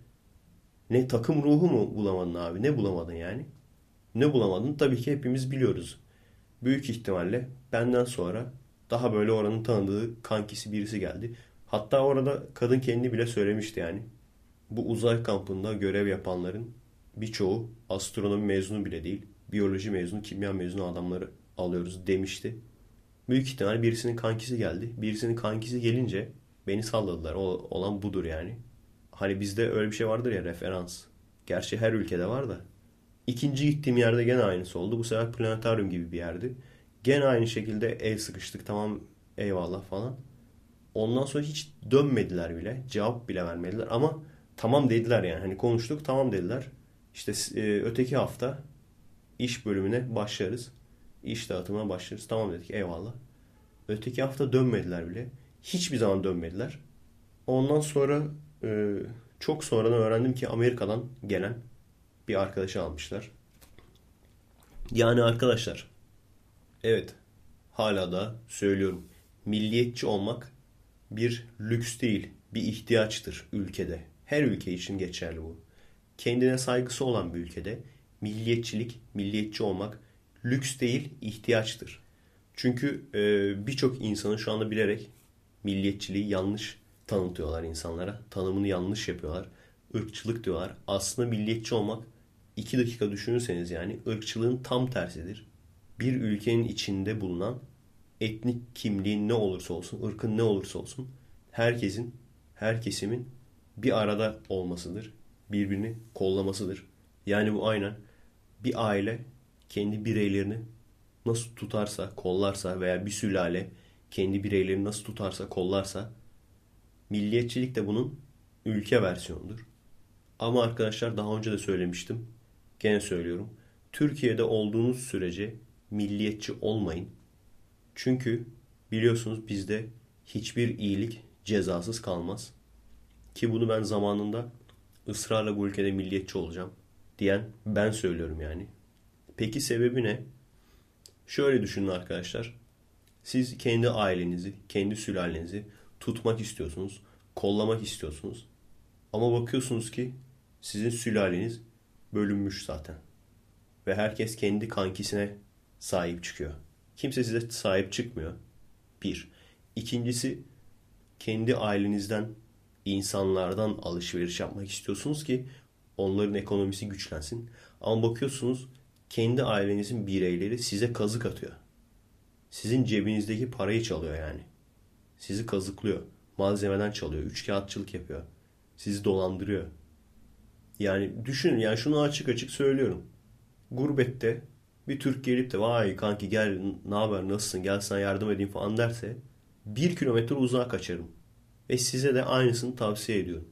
Ne takım ruhu mu bulamadın abi? Ne bulamadın yani? Ne bulamadın? Tabii ki hepimiz biliyoruz. Büyük ihtimalle benden sonra daha böyle oranın tanıdığı kankisi birisi geldi. Hatta orada kadın kendi bile söylemişti yani. Bu uzay kampında görev yapanların birçoğu astronomi mezunu bile değil. Biyoloji mezunu, kimya mezunu adamları alıyoruz demişti. Büyük ihtimal birisinin kankisi geldi. Birisinin kankisi gelince beni salladılar. O olan budur yani. Hani bizde öyle bir şey vardır ya, referans. Gerçi her ülkede var da. İkinci gittiğim yerde gene aynısı oldu. Bu sefer planetaryum gibi bir yerdi. Gene aynı şekilde el sıkıştık. Tamam Eyvallah falan. Ondan sonra hiç dönmediler bile. Cevap bile vermediler ama tamam dediler yani. Hani konuştuk, tamam dediler. İşte e, öteki hafta iş bölümüne başlarız. İş dağıtımına başlarız. Tamam dedik, eyvallah. Öteki hafta dönmediler bile. Hiçbir zaman dönmediler. Ondan sonra e, çok sonradan öğrendim ki Amerika'dan gelen bir arkadaşı almışlar. Yani arkadaşlar, evet, hala da söylüyorum. Milliyetçi olmak bir lüks değil, bir ihtiyaçtır ülkede. Her ülke için geçerli bu. Kendine saygısı olan bir ülkede milliyetçilik, milliyetçi olmak lüks değil, ihtiyaçtır. Çünkü e, birçok insanın şu anda bilerek milliyetçiliği yanlış tanıtıyorlar insanlara. Tanımını yanlış yapıyorlar. Irkçılık diyorlar. Aslında milliyetçi olmak, iki dakika düşünürseniz yani, ırkçılığın tam tersidir. Bir ülkenin içinde bulunan etnik kimliğin ne olursa olsun, ırkın ne olursa olsun, herkesin, her kesimin bir arada olmasıdır. Birbirini kollamasıdır. Yani bu aynen bir aile kendi bireylerini nasıl tutarsa, kollarsa veya bir sülale kendi bireylerini nasıl tutarsa, kollarsa, milliyetçilik de bunun ülke versiyonudur. Ama arkadaşlar, daha önce de söylemiştim. Gene söylüyorum. Türkiye'de olduğunuz sürece milliyetçi olmayın. Çünkü biliyorsunuz bizde hiçbir iyilik cezasız kalmaz. Ki bunu ben zamanında ısrarla bu ülkede milliyetçi olacağım diyen ben söylüyorum yani. Peki sebebi ne? Şöyle düşünün arkadaşlar. Siz kendi ailenizi, kendi sülalenizi tutmak istiyorsunuz, kollamak istiyorsunuz. Ama bakıyorsunuz ki sizin sülaleniz bölünmüş zaten. Ve herkes kendi kankisine sahip çıkıyor. Kimse size sahip çıkmıyor. Bir. İkincisi, kendi ailenizden, insanlardan alışveriş yapmak istiyorsunuz ki onların ekonomisi güçlensin. Ama bakıyorsunuz kendi ailenizin bireyleri size kazık atıyor. Sizin cebinizdeki parayı çalıyor yani. Sizi kazıklıyor. Malzemeden çalıyor. Üçkağıtçılık yapıyor. Sizi dolandırıyor. Yani düşünün, yani şunu açık açık söylüyorum. Gurbette bir Türk gelip de vay kanki gel, ne haber, nasılsın, gel sana yardım edeyim falan derse bir kilometre uzağa kaçarım. Ve size de aynısını tavsiye ediyorum.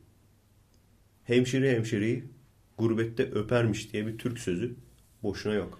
Hemşire hemşireyi gurbette öpermiş diye bir Türk sözü boşuna yok.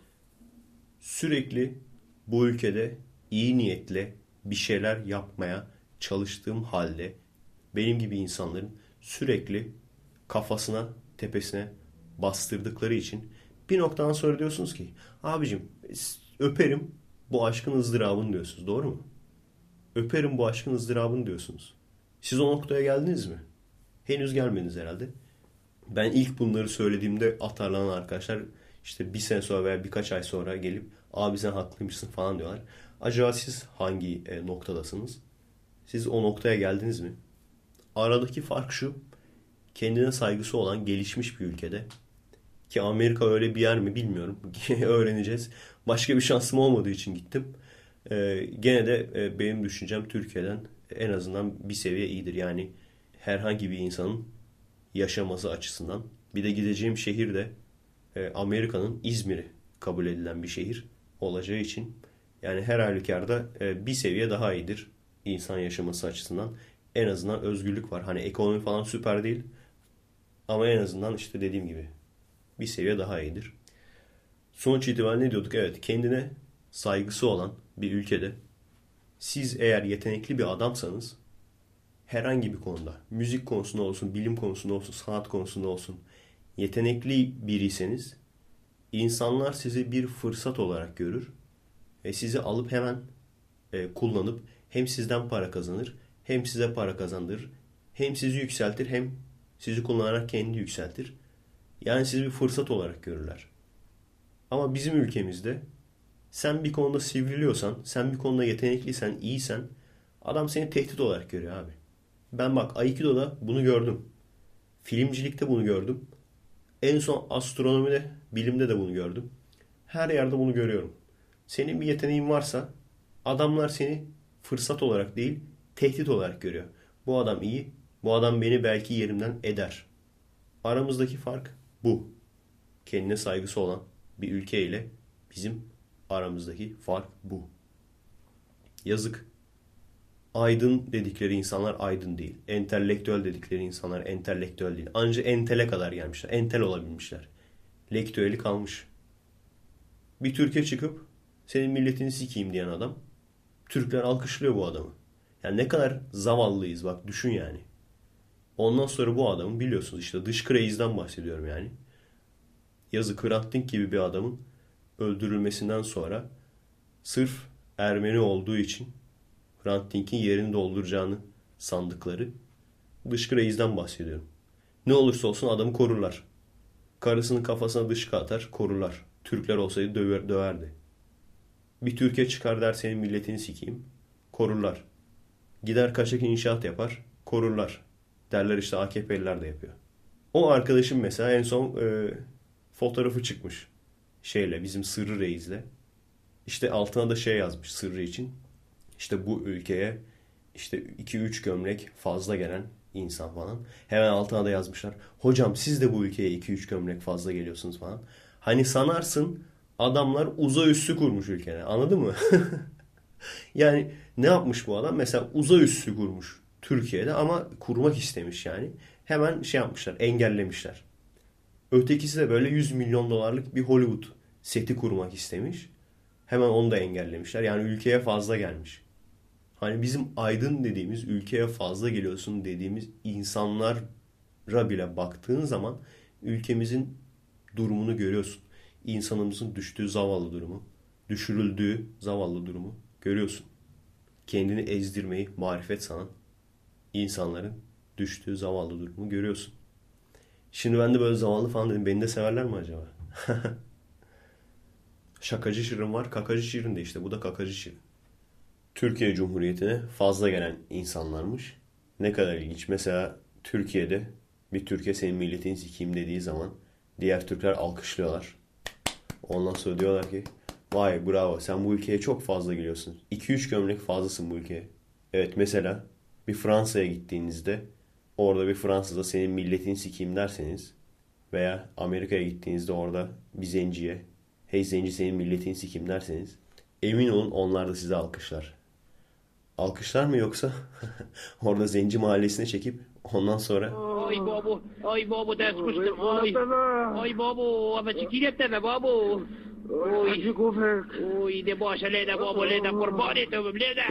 Sürekli bu ülkede iyi niyetle bir şeyler yapmaya çalıştığım halde benim gibi insanların sürekli kafasına, tepesine bastırdıkları için bir noktadan sonra diyorsunuz ki abicim, öperim bu aşkın ızdırabını diyorsunuz. Doğru mu? Öperim bu aşkın ızdırabını diyorsunuz. Siz o noktaya geldiniz mi? Henüz gelmediniz herhalde. Ben ilk bunları söylediğimde atarlanan arkadaşlar işte bir sene sonra veya birkaç ay sonra gelip abi sen haklıymışsın falan diyorlar. Acaba siz hangi e, noktadasınız? Siz o noktaya geldiniz mi? Aradaki fark şu: kendine saygısı olan gelişmiş bir ülkede, ki Amerika öyle bir yer mi bilmiyorum. Öğreneceğiz. Başka bir şansım olmadığı için gittim. Ee, gene de e, benim düşüncem Türkiye'den en azından bir seviye iyidir. Yani herhangi bir insanın yaşaması açısından. Bir de gideceğim şehir de e, Amerika'nın İzmir'i kabul edilen bir şehir olacağı için yani her halükarda e, bir seviye daha iyidir insan yaşaması açısından. En azından özgürlük var. Hani ekonomi falan süper değil ama en azından işte dediğim gibi bir seviye daha iyidir. Sonuç itibariyle ne diyorduk? Evet, kendine saygısı olan bir ülkede siz eğer yetenekli bir adamsanız, herhangi bir konuda, müzik konusunda olsun, bilim konusunda olsun, sanat konusunda olsun, yetenekli biriyseniz insanlar sizi bir fırsat olarak görür ve sizi alıp hemen e, kullanıp hem sizden para kazanır, hem size para kazandırır, hem sizi yükseltir, hem sizi kullanarak kendi yükseltir. Yani sizi bir fırsat olarak görürler. Ama bizim ülkemizde sen bir konuda sivriliyorsan, sen bir konuda yetenekliysen, iyisen adam seni tehdit olarak görüyor abi. Ben bak Aikido'da bunu gördüm. Filmcilikte bunu gördüm. En son astronomide, bilimde de bunu gördüm. Her yerde bunu görüyorum. Senin bir yeteneğin varsa adamlar seni fırsat olarak değil, tehdit olarak görüyor. Bu adam iyi, bu adam beni belki yerimden eder. Aramızdaki fark bu. Kendine saygısı olan bir ülke ile bizim aramızdaki fark bu. Yazık. Aydın dedikleri insanlar aydın değil. Entelektüel dedikleri insanlar entelektüel değil. Ancak entele kadar gelmişler. Entel olabilmişler. Lektüeli kalmış. Bir Türkiye çıkıp senin milletini sikeyim diyen adam, Türkler alkışlıyor bu adamı. Yani ne kadar zavallıyız bak düşün yani. Ondan sonra bu adamın biliyorsunuz işte dış craze'den bahsediyorum yani. Yazı Hrant Dink gibi bir adamın öldürülmesinden sonra sırf Ermeni olduğu için Hrant Dink'in yerini dolduracağını sandıkları dış craze'den bahsediyorum. Ne olursa olsun adamı korurlar. Karısının kafasına dışkı atar, korurlar. Türkler olsaydı döver, döverdi. Bir Türkiye çıkar der senin milletini sikeyim, korurlar. Gider kaçak inşaat yapar, korurlar. Derler işte A K P'liler de yapıyor. O arkadaşım mesela en son e, fotoğrafı çıkmış. Şeyle bizim Sırrı Reis'le. İşte altına da şey yazmış Sırrı için. İşte bu ülkeye işte iki üç gömlek fazla gelen insan falan. Hemen altına da yazmışlar. Hocam siz de bu ülkeye iki üç gömlek fazla geliyorsunuz falan. Hani sanarsın adamlar uzay üssü kurmuş ülkene. Anladın mı? Yani ne yapmış bu adam? Mesela uzay üssü kurmuş Türkiye'de ama kurmak istemiş yani. Hemen şey yapmışlar, engellemişler. Ötekisi de böyle yüz milyon dolarlık bir Hollywood seti kurmak istemiş. Hemen onu da engellemişler. Yani ülkeye fazla gelmiş. Hani bizim aydın dediğimiz, ülkeye fazla geliyorsun dediğimiz insanlara bile baktığın zaman ülkemizin durumunu görüyorsun. İnsanımızın düştüğü zavallı durumu, düşürüldüğü zavallı durumu görüyorsun. Kendini ezdirmeyi marifet sanan insanların düştüğü zavallı durumu görüyorsun. Şimdi ben de böyle zavallı falan dedim. Beni de severler mi acaba? Şakacı Şirin var, kakacı Şirin de işte. Bu da kakacı Şirin. Türkiye Cumhuriyeti'ne fazla gelen insanlarmış. Ne kadar ilginç. Mesela Türkiye'de bir Türkiye senin milletin sikiyim dediği zaman diğer Türkler alkışlıyorlar. Ondan sonra diyorlar ki vay bravo sen bu ülkeye çok fazla geliyorsun. iki üç gömlek fazlasın bu ülkeye. Evet mesela bir Fransa'ya gittiğinizde orada bir Fransız'a senin milletin sikiyim derseniz veya Amerika'ya gittiğinizde orada bir zenciye hey zenci senin milletin sikiyim derseniz emin olun onlar da sizi alkışlar. Alkışlar mı yoksa orada zenci mahallesine çekip ondan sonra Ay babu, ay babu ders kuştum, ay. Ay babu, ama çekilip deme babu. Oy, oy de başa lede babu lede kurban etmem lede.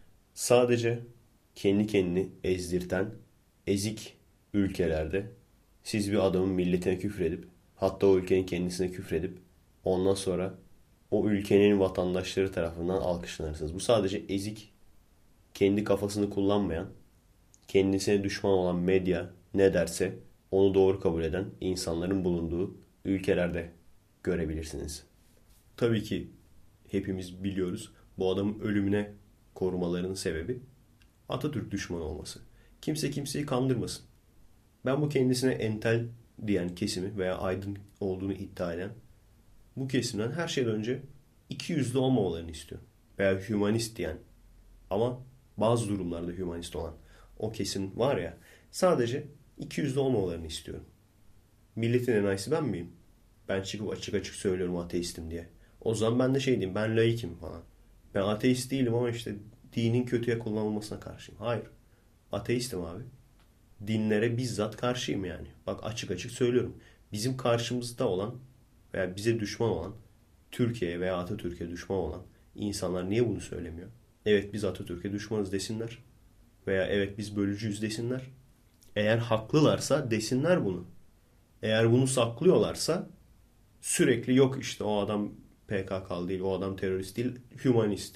sadece kendi kendini ezdirten ezik ülkelerde siz bir adamın milletine küfredip hatta o ülkenin kendisine küfredip ondan sonra o ülkenin vatandaşları tarafından alkışlanırsınız. Bu sadece ezik, kendi kafasını kullanmayan, kendisine düşman olan medya ne derse onu doğru kabul eden insanların bulunduğu ülkelerde görebilirsiniz. Tabii ki hepimiz biliyoruz bu adamın ölümüne korumalarının sebebi Atatürk düşmanı olması. Kimse kimseyi kandırmasın. Ben bu kendisine entel diyen kesimi veya aydın olduğunu iddia eden bu kesimden her şeyden önce iki yüzlü olmamalarını istiyorum. Veya hümanist diyen ama bazı durumlarda hümanist olan o kesim var ya sadece iki yüzlü olmamalarını istiyorum. Milletin enayisi ben miyim? Ben çıkıp açık açık söylüyorum ateistim diye. O zaman ben de şey diyeyim ben laikim falan. Ben ateist değilim ama işte dinin kötüye kullanılmasına karşıyım. Hayır. Ateistim abi. Dinlere bizzat karşıyım yani. Bak açık açık söylüyorum. Bizim karşımızda olan veya bize düşman olan Türkiye'ye veya Atatürk'e düşman olan insanlar niye bunu söylemiyor? Evet biz Atatürk'e düşmanız desinler. Veya evet biz bölücüyüz desinler. Eğer haklılarsa desinler bunu. Eğer bunu saklıyorlarsa sürekli yok işte o adam P K K'lı değil, o adam terörist değil, hümanist.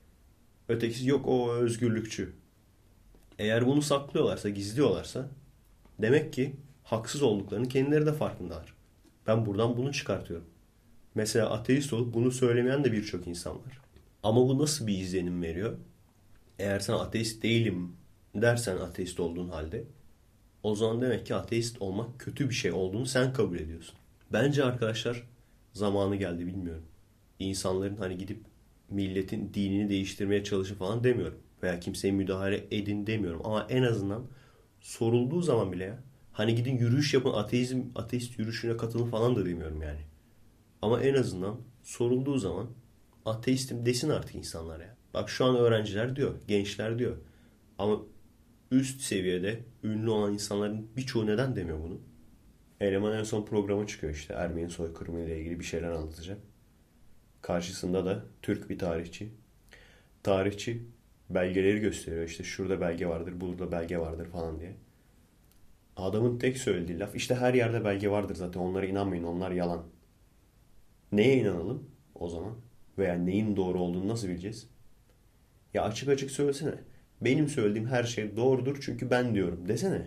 Ötekisi yok o özgürlükçü. Eğer bunu saklıyorlarsa, gizliyorlarsa demek ki haksız olduklarını kendileri de farkındalar. Ben buradan bunu çıkartıyorum. Mesela ateist olup bunu söylemeyen de birçok insan var. Ama bu nasıl bir izlenim veriyor? Eğer sen ateist değilim dersen ateist olduğun halde o zaman demek ki ateist olmak kötü bir şey olduğunu sen kabul ediyorsun. Bence arkadaşlar zamanı geldi bilmiyorum. İnsanların hani gidip milletin dinini değiştirmeye çalışın falan demiyorum. Veya kimseye müdahale edin demiyorum. Ama en azından sorulduğu zaman bile ya. Hani gidin yürüyüş yapın ateizm, ateist yürüyüşüne katılın falan da demiyorum yani. Ama en azından sorulduğu zaman ateistim desin artık insanlar ya. Bak şu an öğrenciler diyor, gençler diyor. Ama üst seviyede ünlü olan insanların birçoğu neden demiyor bunu? Eleman en son programa çıkıyor işte. Ermeni soykırımı ile ilgili bir şeyler anlatacak. Karşısında da Türk bir tarihçi. Tarihçi belgeleri gösteriyor. İşte şurada belge vardır, burada belge vardır falan diye. Adamın tek söylediği laf işte her yerde belge vardır zaten onlara inanmayın onlar yalan. Neye inanalım o zaman? Veya neyin doğru olduğunu nasıl bileceğiz? Ya açık açık söylesene. Benim söylediğim her şey doğrudur çünkü ben diyorum desene.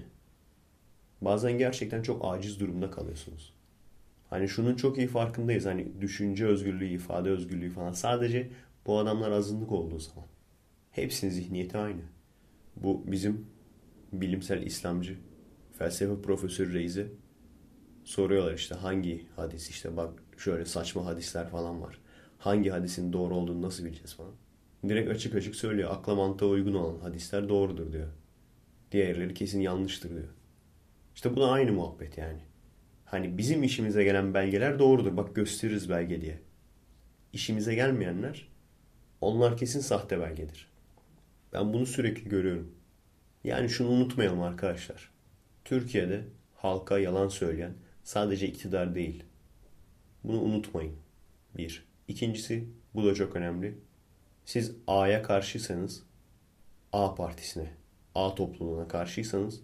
Bazen gerçekten çok aciz durumda kalıyorsunuz. Hani şunun çok iyi farkındayız. Hani düşünce özgürlüğü, ifade özgürlüğü falan. Sadece bu adamlar azınlık olduğu zaman. Hepsinin zihniyeti aynı. Bu bizim bilimsel İslamcı felsefe profesörü Reis'e soruyorlar işte hangi hadis işte bak şöyle saçma hadisler falan var. Hangi hadisin doğru olduğunu nasıl bileceğiz falan. Direkt açık açık söylüyor. Akla mantığa uygun olan hadisler doğrudur diyor. Diğerleri kesin yanlıştır diyor. İşte bu da aynı muhabbet yani. Hani bizim işimize gelen belgeler doğrudur. Bak gösteririz belge diye. İşimize gelmeyenler onlar kesin sahte belgedir. Ben bunu sürekli görüyorum. Yani şunu unutmayalım arkadaşlar. Türkiye'de halka yalan söyleyen sadece iktidar değil. Bunu unutmayın. Bir. İkincisi, bu da çok önemli. Siz A'ya karşıysanız, A partisine, A topluluğuna karşıysanız,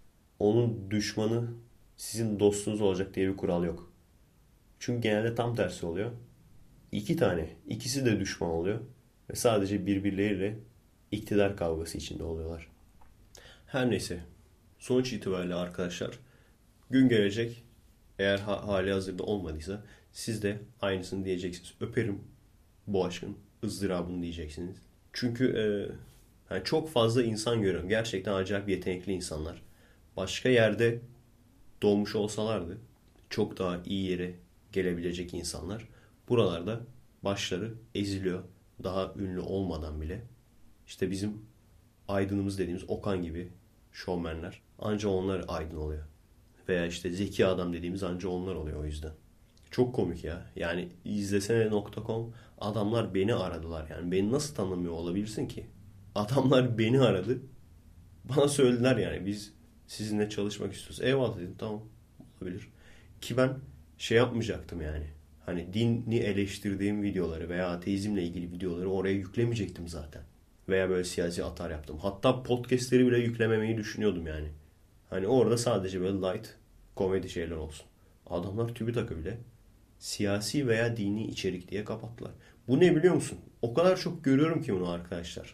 onun düşmanı sizin dostunuz olacak diye bir kural yok. Çünkü genelde tam tersi oluyor. İki tane, ikisi de düşman oluyor. Ve sadece birbirleriyle iktidar kavgası içinde oluyorlar. Her neyse, sonuç itibariyle arkadaşlar, gün gelecek, eğer ha- hali hazırda olmadıysa, siz de aynısını diyeceksiniz. Öperim bu aşkın ızdırabını diyeceksiniz. Çünkü e, yani çok fazla insan görüyorum. Gerçekten acayip yetenekli insanlar. Başka yerde doğmuş olsalardı çok daha iyi yere gelebilecek insanlar. Buralarda başları eziliyor. Daha ünlü olmadan bile. İşte bizim aydınımız dediğimiz Okan gibi şovmenler. Anca onlar aydın oluyor. Veya işte zeki adam dediğimiz anca onlar oluyor o yüzden. Çok komik ya. Yani izlesene nokta com adamlar beni aradılar. Yani beni nasıl tanımıyor olabilirsin ki? Adamlar beni aradı. Bana söylediler yani biz sizinle çalışmak istiyoruz. Eyvallah dedim tamam olabilir. Ki ben şey yapmayacaktım yani. Hani dini eleştirdiğim videoları veya ateizmle ilgili videoları oraya yüklemeyecektim zaten. Veya böyle siyasi atar yaptım. Hatta podcastleri bile yüklememeyi düşünüyordum yani. Hani orada sadece böyle light komedi şeyler olsun. Adamlar TÜBİTAK'ı bile siyasi veya dini içerik diye kapattılar. Bu ne biliyor musun? O kadar çok görüyorum ki bunu arkadaşlar.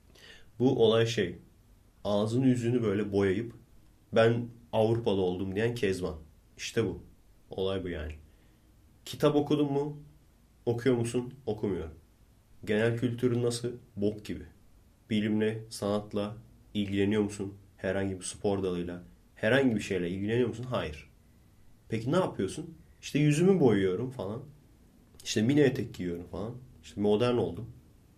Bu olay şey. Ağzını yüzünü böyle boyayıp ben Avrupalı oldum diyen Kezban. İşte bu. Olay bu yani. Kitap okudun mu? Okuyor musun? Okumuyorum. Genel kültürün nasıl? Bok gibi. Bilimle, sanatla ilgileniyor musun? Herhangi bir spor dalıyla, herhangi bir şeyle ilgileniyor musun? Hayır. Peki ne yapıyorsun? İşte yüzümü boyuyorum falan. İşte mini etek giyiyorum falan. İşte modern oldum.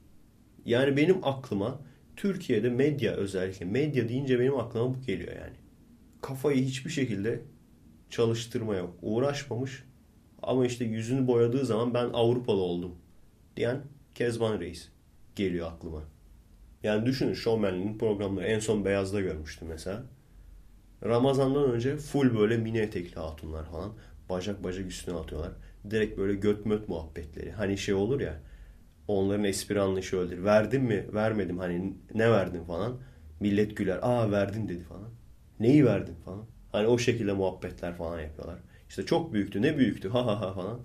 Yani benim aklıma Türkiye'de medya özellikle medya deyince benim aklıma bu geliyor yani. Kafayı hiçbir şekilde çalıştırmaya uğraşmamış ama işte yüzünü boyadığı zaman ben Avrupalı oldum diyen Kezban Reis geliyor aklıma. Yani düşünün şovmenliğin programları en son Beyaz'da görmüştüm mesela. Ramazan'dan önce full böyle mini etekli hatunlar falan. Bacak bacak üstüne atıyorlar. Direkt böyle göt möt muhabbetleri. Hani şey olur ya. Onların espri anlayışı öldür. Verdim mi? Vermedim. Hani ne verdin falan. Millet güler. Aa verdin dedi falan. Neyi verdin falan. Hani o şekilde muhabbetler falan yapıyorlar. İşte çok büyüktü. Ne büyüktü? Ha ha ha falan.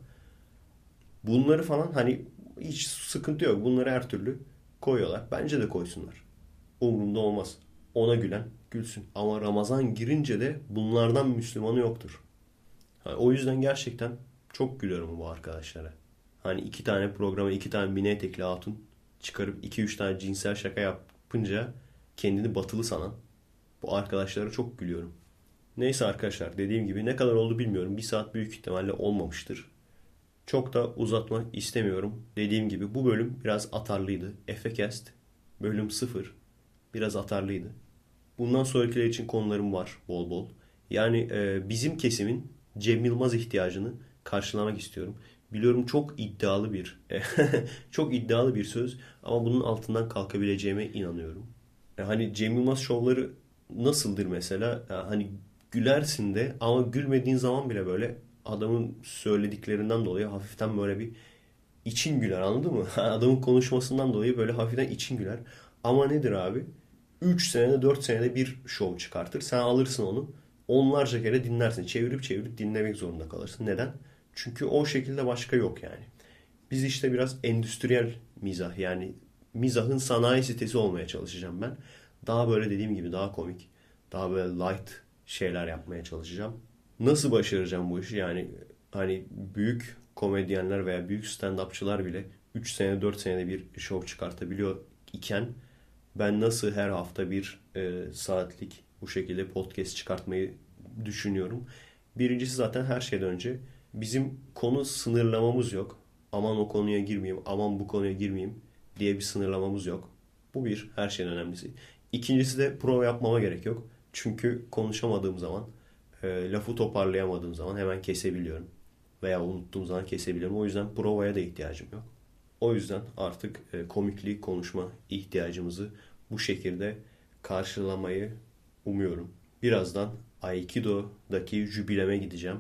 Bunları falan hani hiç sıkıntı yok. Bunları her türlü koyuyorlar. Bence de koysunlar. Umurumda olmaz. Ona gülen gülsün. Ama Ramazan girince de bunlardan Müslümanı yoktur. Yani o yüzden gerçekten çok gülüyorum bu arkadaşlara. Hani iki tane programa iki tane mini etekli hatun çıkarıp iki üç tane cinsel şaka yapınca kendini batılı sanan bu arkadaşlara çok gülüyorum. Neyse arkadaşlar dediğim gibi ne kadar oldu bilmiyorum. Bir saat büyük ihtimalle olmamıştır. Çok da uzatmak istemiyorum. Dediğim gibi bu bölüm biraz atarlıydı. Efecast bölüm sıfır biraz atarlıydı. Bundan sonrakiler için konularım var bol bol. Yani e, bizim kesimin Cem Yılmaz ihtiyacını karşılamak istiyorum. Biliyorum çok iddialı bir çok iddialı bir söz ama bunun altından kalkabileceğime inanıyorum. E, hani Cem Yılmaz şovları nasıldır mesela? Ya hani gülersin de ama gülmediğin zaman bile böyle adamın söylediklerinden dolayı hafiften böyle bir için güler, anladın mı? Adamın konuşmasından dolayı böyle hafiften için güler. Ama nedir abi? Üç senede dört senede bir şov çıkartır. Sen alırsın onu. Onlarca kere dinlersin. Çevirip çevirip dinlemek zorunda kalırsın. Neden? Çünkü o şekilde başka yok yani. Biz işte biraz endüstriyel mizah, yani mizahın sanayi sitesi olmaya çalışacağım ben. Daha böyle dediğim gibi daha komik, daha böyle light şeyler yapmaya çalışacağım. Nasıl başaracağım bu işi? Yani hani büyük komedyenler veya büyük stand-upçılar bile üç sene dört senede bir show çıkartabiliyor iken ben nasıl her hafta bir e, saatlik bu şekilde podcast çıkartmayı düşünüyorum. Birincisi zaten her şeyden önce bizim konu sınırlamamız yok. Aman o konuya girmeyeyim, aman bu konuya girmeyeyim diye bir sınırlamamız yok. Bu bir, her şeyin önemlisi. İkincisi de prova yapmama gerek yok. Çünkü konuşamadığım zaman, e, lafı toparlayamadığım zaman hemen kesebiliyorum. Veya unuttuğum zaman kesebiliyorum. O yüzden provaya da ihtiyacım yok. O yüzden artık e, komikliği konuşma ihtiyacımızı bu şekilde karşılamayı umuyorum. Birazdan Aikido'daki jübileme gideceğim.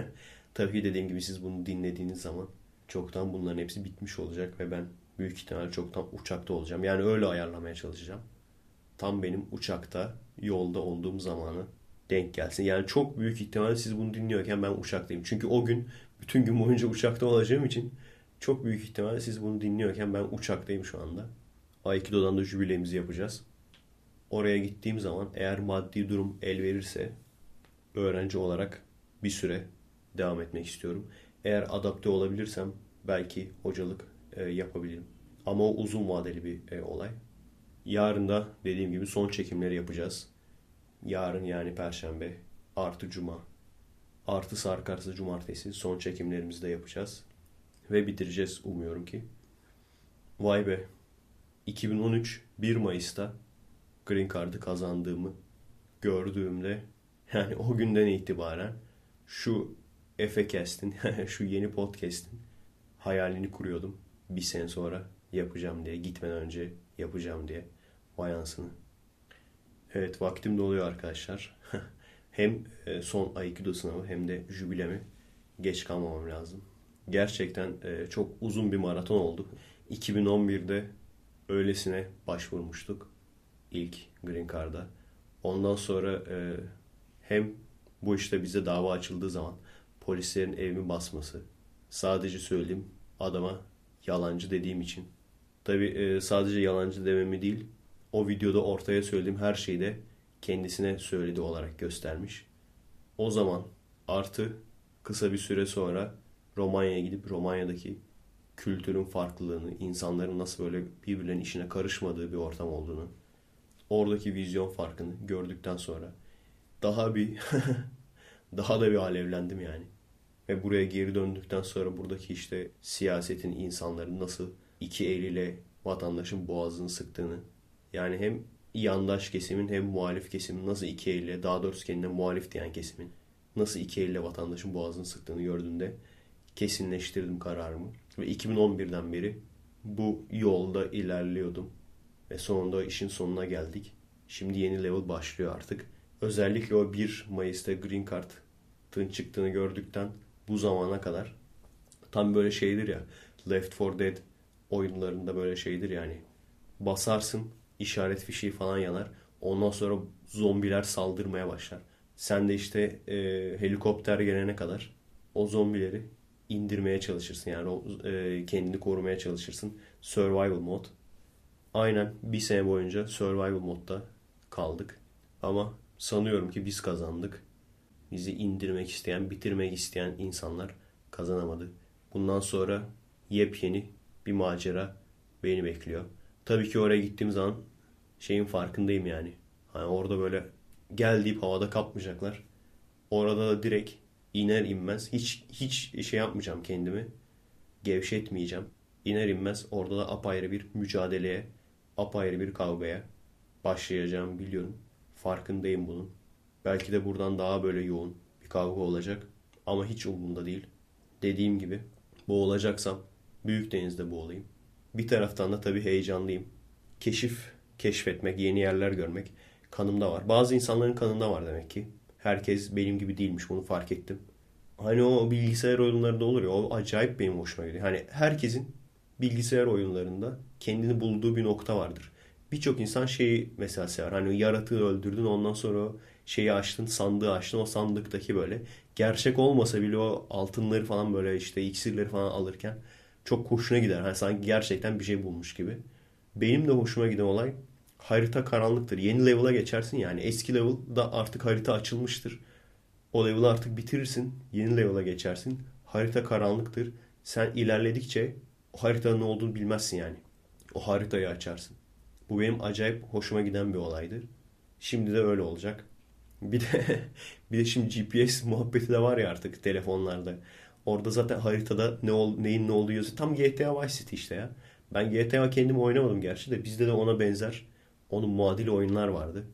Tabii dediğim gibi siz bunu dinlediğiniz zaman çoktan bunların hepsi bitmiş olacak ve ben büyük ihtimalle çoktan uçakta olacağım. Yani öyle ayarlamaya çalışacağım. Tam benim uçakta yolda olduğum zamanı denk gelsin. Yani çok büyük ihtimalle siz bunu dinliyorken ben uçaktayım. Çünkü o gün bütün gün boyunca uçakta olacağım için çok büyük ihtimalle siz bunu dinliyorken ben uçaktayım şu anda. Aikido'dan da jübilemizi yapacağız. Oraya gittiğim zaman eğer maddi durum el verirse öğrenci olarak bir süre devam etmek istiyorum. Eğer adapte olabilirsem belki hocalık e, yapabilirim. Ama o uzun vadeli bir e, olay. Yarın da dediğim gibi son çekimleri yapacağız. Yarın yani Perşembe artı Cuma artı sarkarsa Cumartesi son çekimlerimizi de yapacağız. Ve bitireceğiz umuyorum ki. Vay be. iki bin on üç bir Mayıs'ta Green Card'ı kazandığımı gördüğümde yani o günden itibaren şu Efecast'in şu yeni podcast'in hayalini kuruyordum. Bir sene sonra yapacağım diye, gitmeden önce yapacağım diye. Vay ansını. Evet, vaktim doluyor arkadaşlar. Hem son Aikido sınavı hem de jübilemi geç kalmamam lazım. Gerçekten çok uzun bir maraton oldu. iki bin on birde öylesine başvurmuştuk ilk Green Card'a. Ondan sonra e, hem bu işte bize dava açıldığı zaman polislerin evimi basması. Sadece söyleyeyim adama yalancı dediğim için. Tabi e, sadece yalancı dememi değil, o videoda ortaya söylediğim her şeyi de kendisine söyledi olarak göstermiş. O zaman artı kısa bir süre sonra Romanya'ya gidip Romanya'daki kültürün farklılığını, insanların nasıl böyle birbirlerinin işine karışmadığı bir ortam olduğunu, oradaki vizyon farkını gördükten sonra daha bir daha da bir alevlendim yani. Ve buraya geri döndükten sonra buradaki işte siyasetin, insanların nasıl iki eliyle vatandaşın boğazını sıktığını, yani hem yandaş kesimin hem muhalif kesimin nasıl iki elle, daha doğrusu kendine muhalif diyen kesimin nasıl iki elle vatandaşın boğazını sıktığını gördüğümde kesinleştirdim kararımı. Ve iki bin on birden beri bu yolda ilerliyordum. Ve sonunda işin sonuna geldik. Şimdi yeni level başlıyor artık. Özellikle o bir Mayıs'ta Green Card'ın çıktığını gördükten bu zamana kadar tam böyle şeydir ya, Left four Dead oyunlarında böyle şeydir yani. Basarsın, işaret fişeği falan yanar. Ondan sonra zombiler saldırmaya başlar. Sen de işte e, helikopter gelene kadar o zombileri indirmeye çalışırsın. Yani o, e, kendini korumaya çalışırsın. Survival mod. Aynen bir sene boyunca survival modda kaldık. Ama sanıyorum ki biz kazandık. Bizi indirmek isteyen, bitirmek isteyen insanlar kazanamadı. Bundan sonra yepyeni bir macera beni bekliyor. Tabii ki oraya gittiğim zaman şeyin farkındayım yani. Hani orada böyle gel deyip havada kapmayacaklar. Orada da direkt iner inmez hiç hiç şey yapmayacağım kendimi. Gevşetmeyeceğim. İner inmez orada da apayrı bir mücadeleye, apayrı bir kavgaya başlayacağımı biliyorum. Farkındayım bunun. Belki de buradan daha böyle yoğun bir kavga olacak. Ama hiç umurumda değil. Dediğim gibi boğulacaksam büyük denizde boğulayım. Bir taraftan da tabii heyecanlıyım. Keşif keşfetmek, yeni yerler görmek kanımda var. Bazı insanların kanında var demek ki. Herkes benim gibi değilmiş, bunu fark ettim. Hani o bilgisayar oyunlarında olur ya, o acayip benim hoşuma gidiyor. Hani herkesin bilgisayar oyunlarında kendini bulduğu bir nokta vardır. Birçok insan şeyi mesela sever. Hani yaratığı öldürdün, ondan sonra o şeyi açtın, sandığı açtın. O sandıktaki böyle gerçek olmasa bile o altınları falan, böyle işte iksirleri falan alırken çok hoşuna gider. Hani sanki gerçekten bir şey bulmuş gibi. Benim de hoşuma giden olay, harita karanlıktır. Yeni level'a geçersin yani. Eski level'da artık harita açılmıştır. O level'ı artık bitirirsin. Yeni level'a geçersin. Harita karanlıktır. Sen ilerledikçe o haritanın ne olduğunu bilmezsin yani. O haritayı açarsın. Bu benim acayip hoşuma giden bir olaydır. Şimdi de öyle olacak. Bir de bir de şimdi G P S muhabbeti de var ya artık telefonlarda. Orada zaten haritada ne ol, neyin ne olduğu yazıyor. Tam G T A Vice City işte ya. Ben G T A kendim oynamadım gerçi de bizde de ona benzer, onun muadili oyunlar vardı.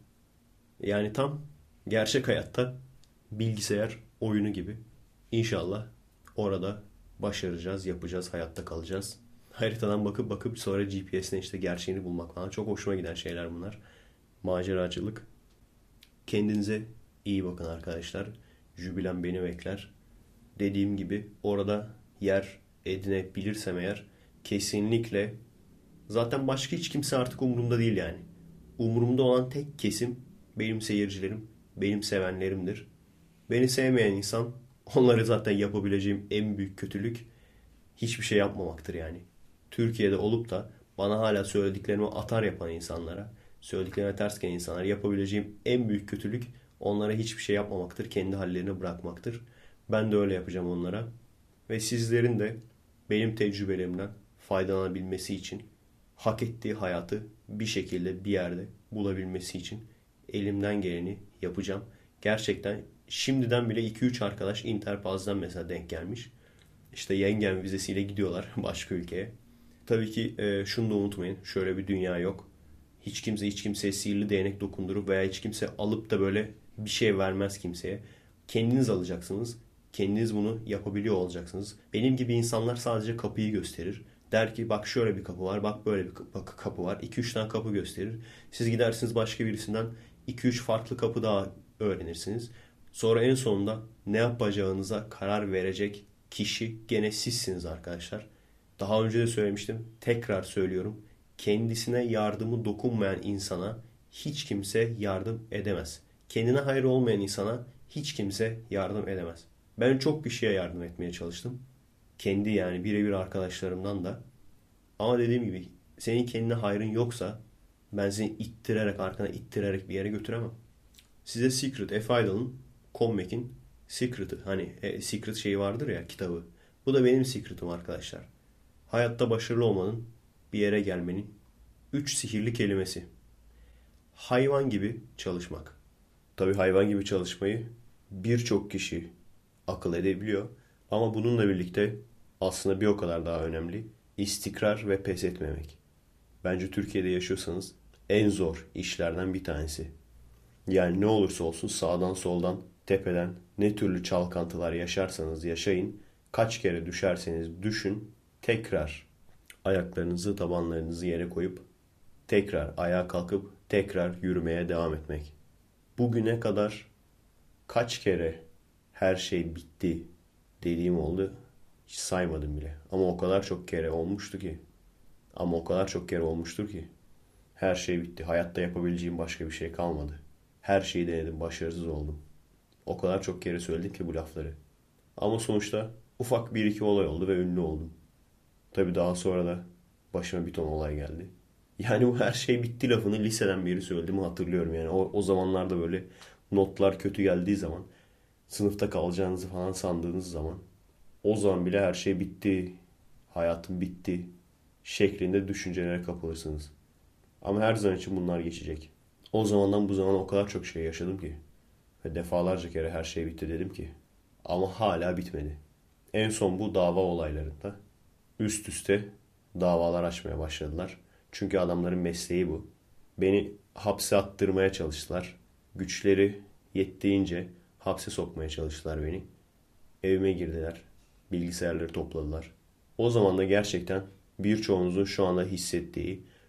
Yani tam gerçek hayatta bilgisayar oyunu gibi. İnşallah orada başaracağız, yapacağız, hayatta kalacağız. Haritadan bakıp bakıp sonra G P S'ine işte gerçeğini bulmak falan. Çok hoşuma giden şeyler bunlar. Maceracılık. Kendinize iyi bakın arkadaşlar. Jübilem beni bekler. Dediğim gibi orada yer edinebilirsem eğer kesinlikle, zaten başka hiç kimse artık umurumda değil yani. Umurumda olan tek kesim benim seyircilerim, benim sevenlerimdir. Beni sevmeyen insan, onları zaten yapabileceğim en büyük kötülük hiçbir şey yapmamaktır yani. Türkiye'de olup da bana hala söylediklerimi atar yapan insanlara, söylediklerine ters gelen insanlara yapabileceğim en büyük kötülük onlara hiçbir şey yapmamaktır. Kendi hallerine bırakmaktır. Ben de öyle yapacağım onlara. Ve sizlerin de benim tecrübelerimden faydalanabilmesi için, hak ettiği hayatı bir şekilde bir yerde bulabilmesi için elimden geleni yapacağım. Gerçekten şimdiden bile iki üç arkadaş Interpaz'dan mesela denk gelmiş. İşte yengen vizesiyle gidiyorlar başka ülkeye. Tabii ki e, şunu da unutmayın. Şöyle bir dünya yok. Hiç kimse hiç kimseye sihirli değnek dokundurup veya hiç kimse alıp da böyle bir şey vermez kimseye. Kendiniz alacaksınız. Kendiniz bunu yapabiliyor olacaksınız. Benim gibi insanlar sadece kapıyı gösterir. Der ki bak şöyle bir kapı var, bak böyle bir kapı var. iki üç tane kapı gösterir. Siz gidersiniz başka birisinden iki üç farklı kapı daha öğrenirsiniz. Sonra en sonunda ne yapacağınıza karar verecek kişi gene sizsiniz arkadaşlar. Daha önce de söylemiştim. Tekrar söylüyorum. Kendisine yardımı dokunmayan insana hiç kimse yardım edemez. Kendine hayır olmayan insana hiç kimse yardım edemez. Ben çok kişiye yardım etmeye çalıştım. Kendi yani birebir arkadaşlarımdan da. Ama dediğim gibi senin kendine hayrın yoksa ben seni ittirerek, arkana ittirerek bir yere götüremem. Size Secret, F. Idol'ın, Commac'in Secret'ı, hani e, Secret şeyi vardır ya, kitabı. Bu da benim Secret'ım arkadaşlar. Hayatta başarılı olmanın, bir yere gelmenin üç sihirli kelimesi. Hayvan gibi çalışmak. Tabii hayvan gibi çalışmayı birçok kişi akıl edebiliyor. Ama bununla birlikte aslında bir o kadar daha önemli istikrar ve pes etmemek. Bence Türkiye'de yaşıyorsanız en zor işlerden bir tanesi. Yani ne olursa olsun sağdan soldan tepeden ne türlü çalkantılar yaşarsanız yaşayın, kaç kere düşerseniz düşün, tekrar ayaklarınızı, tabanlarınızı yere koyup tekrar ayağa kalkıp tekrar yürümeye devam etmek. Bugüne kadar kaç kere her şey bitti dediğim oldu hiç saymadım bile. Ama o kadar çok kere olmuştu ki. Ama o kadar çok kere olmuştur ki. Her şey bitti. Hayatta yapabileceğim başka bir şey kalmadı. Her şeyi denedim, başarısız oldum. O kadar çok kere söyledim ki bu lafları. Ama sonuçta ufak bir iki olay oldu ve ünlü oldum. Tabii daha sonra da başıma bir ton olay geldi. Yani bu her şey bitti lafını liseden beri söylediğimi hatırlıyorum. Yani o, o zamanlarda böyle notlar kötü geldiği zaman, sınıfta kalacağınızı falan sandığınız zaman, o zaman bile her şey bitti, hayatım bitti şeklinde düşüncelere kapılırsınız. Ama her zaman için bunlar geçecek. O zamandan bu zamana o kadar çok şey yaşadım ki. Ve defalarca kere her şey bitti dedim ki. Ama hala bitmedi. En son bu dava olaylarında üst üste davalar açmaya başladılar. Çünkü adamların mesleği bu. Beni hapse attırmaya çalıştılar. Güçleri yettiğince hapse sokmaya çalıştılar beni. Evime girdiler. Bilgisayarları topladılar. O zaman da gerçekten birçoğunuzun şu anda hissettiği,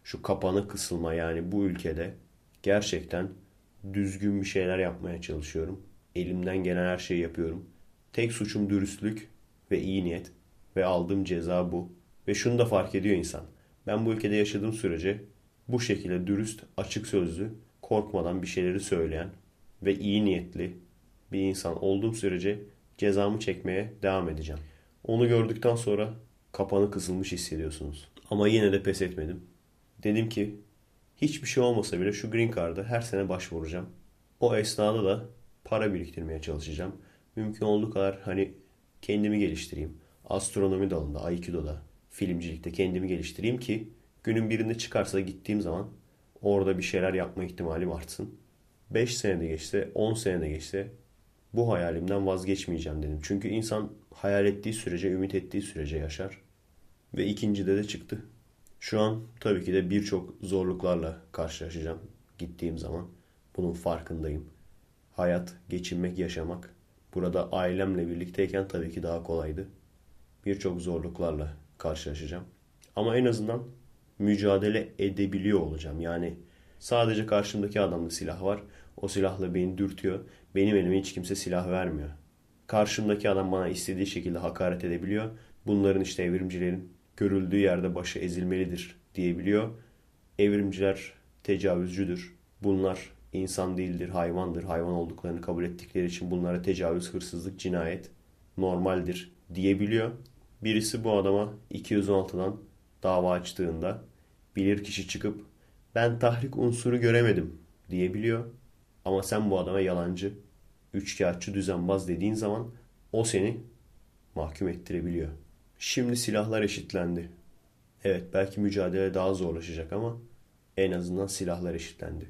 şu kapana kısılma, yani bu ülkede gerçekten düzgün bir şeyler yapmaya çalışıyorum. Elimden gelen her şeyi yapıyorum. Tek suçum dürüstlük ve iyi niyet ve aldığım ceza bu. Ve şunu da fark ediyor insan. Ben bu ülkede yaşadığım sürece bu şekilde dürüst, açık sözlü, korkmadan bir şeyleri söyleyen ve iyi niyetli bir insan olduğum sürece cezamı çekmeye devam edeceğim. Onu gördükten sonra kapanı kısılmış hissediyorsunuz. Ama yine de pes etmedim. Dedim ki hiçbir şey olmasa bile şu Green Card'a her sene başvuracağım. O esnada da para biriktirmeye çalışacağım. Mümkün olduğu kadar hani kendimi geliştireyim. Astronomi dalında, Aikido'da, filmcilikte kendimi geliştireyim ki günün birinde çıkarsa gittiğim zaman orada bir şeyler yapma ihtimalim artsın. beş senede geçse, on senede geçse bu hayalimden vazgeçmeyeceğim dedim. Çünkü insan hayal ettiği sürece, ümit ettiği sürece yaşar. Ve ikincide de çıktı. Şu an tabii ki de birçok zorluklarla karşılaşacağım gittiğim zaman. Bunun farkındayım. Hayat, geçinmek, yaşamak burada ailemle birlikteyken tabii ki daha kolaydı. Birçok zorluklarla karşılaşacağım. Ama en azından mücadele edebiliyor olacağım. Yani sadece karşımdaki adamda silah var. O silahla beni dürtüyor. Benim elime hiç kimse silah vermiyor. Karşımdaki adam bana istediği şekilde hakaret edebiliyor. Bunların işte evrimcilerin görüldüğü yerde başı ezilmelidir diyebiliyor. Evrimciler tecavüzcüdür. Bunlar insan değildir, hayvandır. Hayvan olduklarını kabul ettikleri için bunlara tecavüz, hırsızlık, cinayet normaldir diyebiliyor. Birisi bu adama iki yüz on altıdan dava açtığında bilirkişi çıkıp ben tahrik unsuru göremedim diyebiliyor. Ama sen bu adama yalancı, üçkağıtçı, düzenbaz dediğin zaman o seni mahkum ettirebiliyor. Şimdi silahlar eşitlendi. Evet, belki mücadele daha zorlaşacak ama en azından silahlar eşitlendi.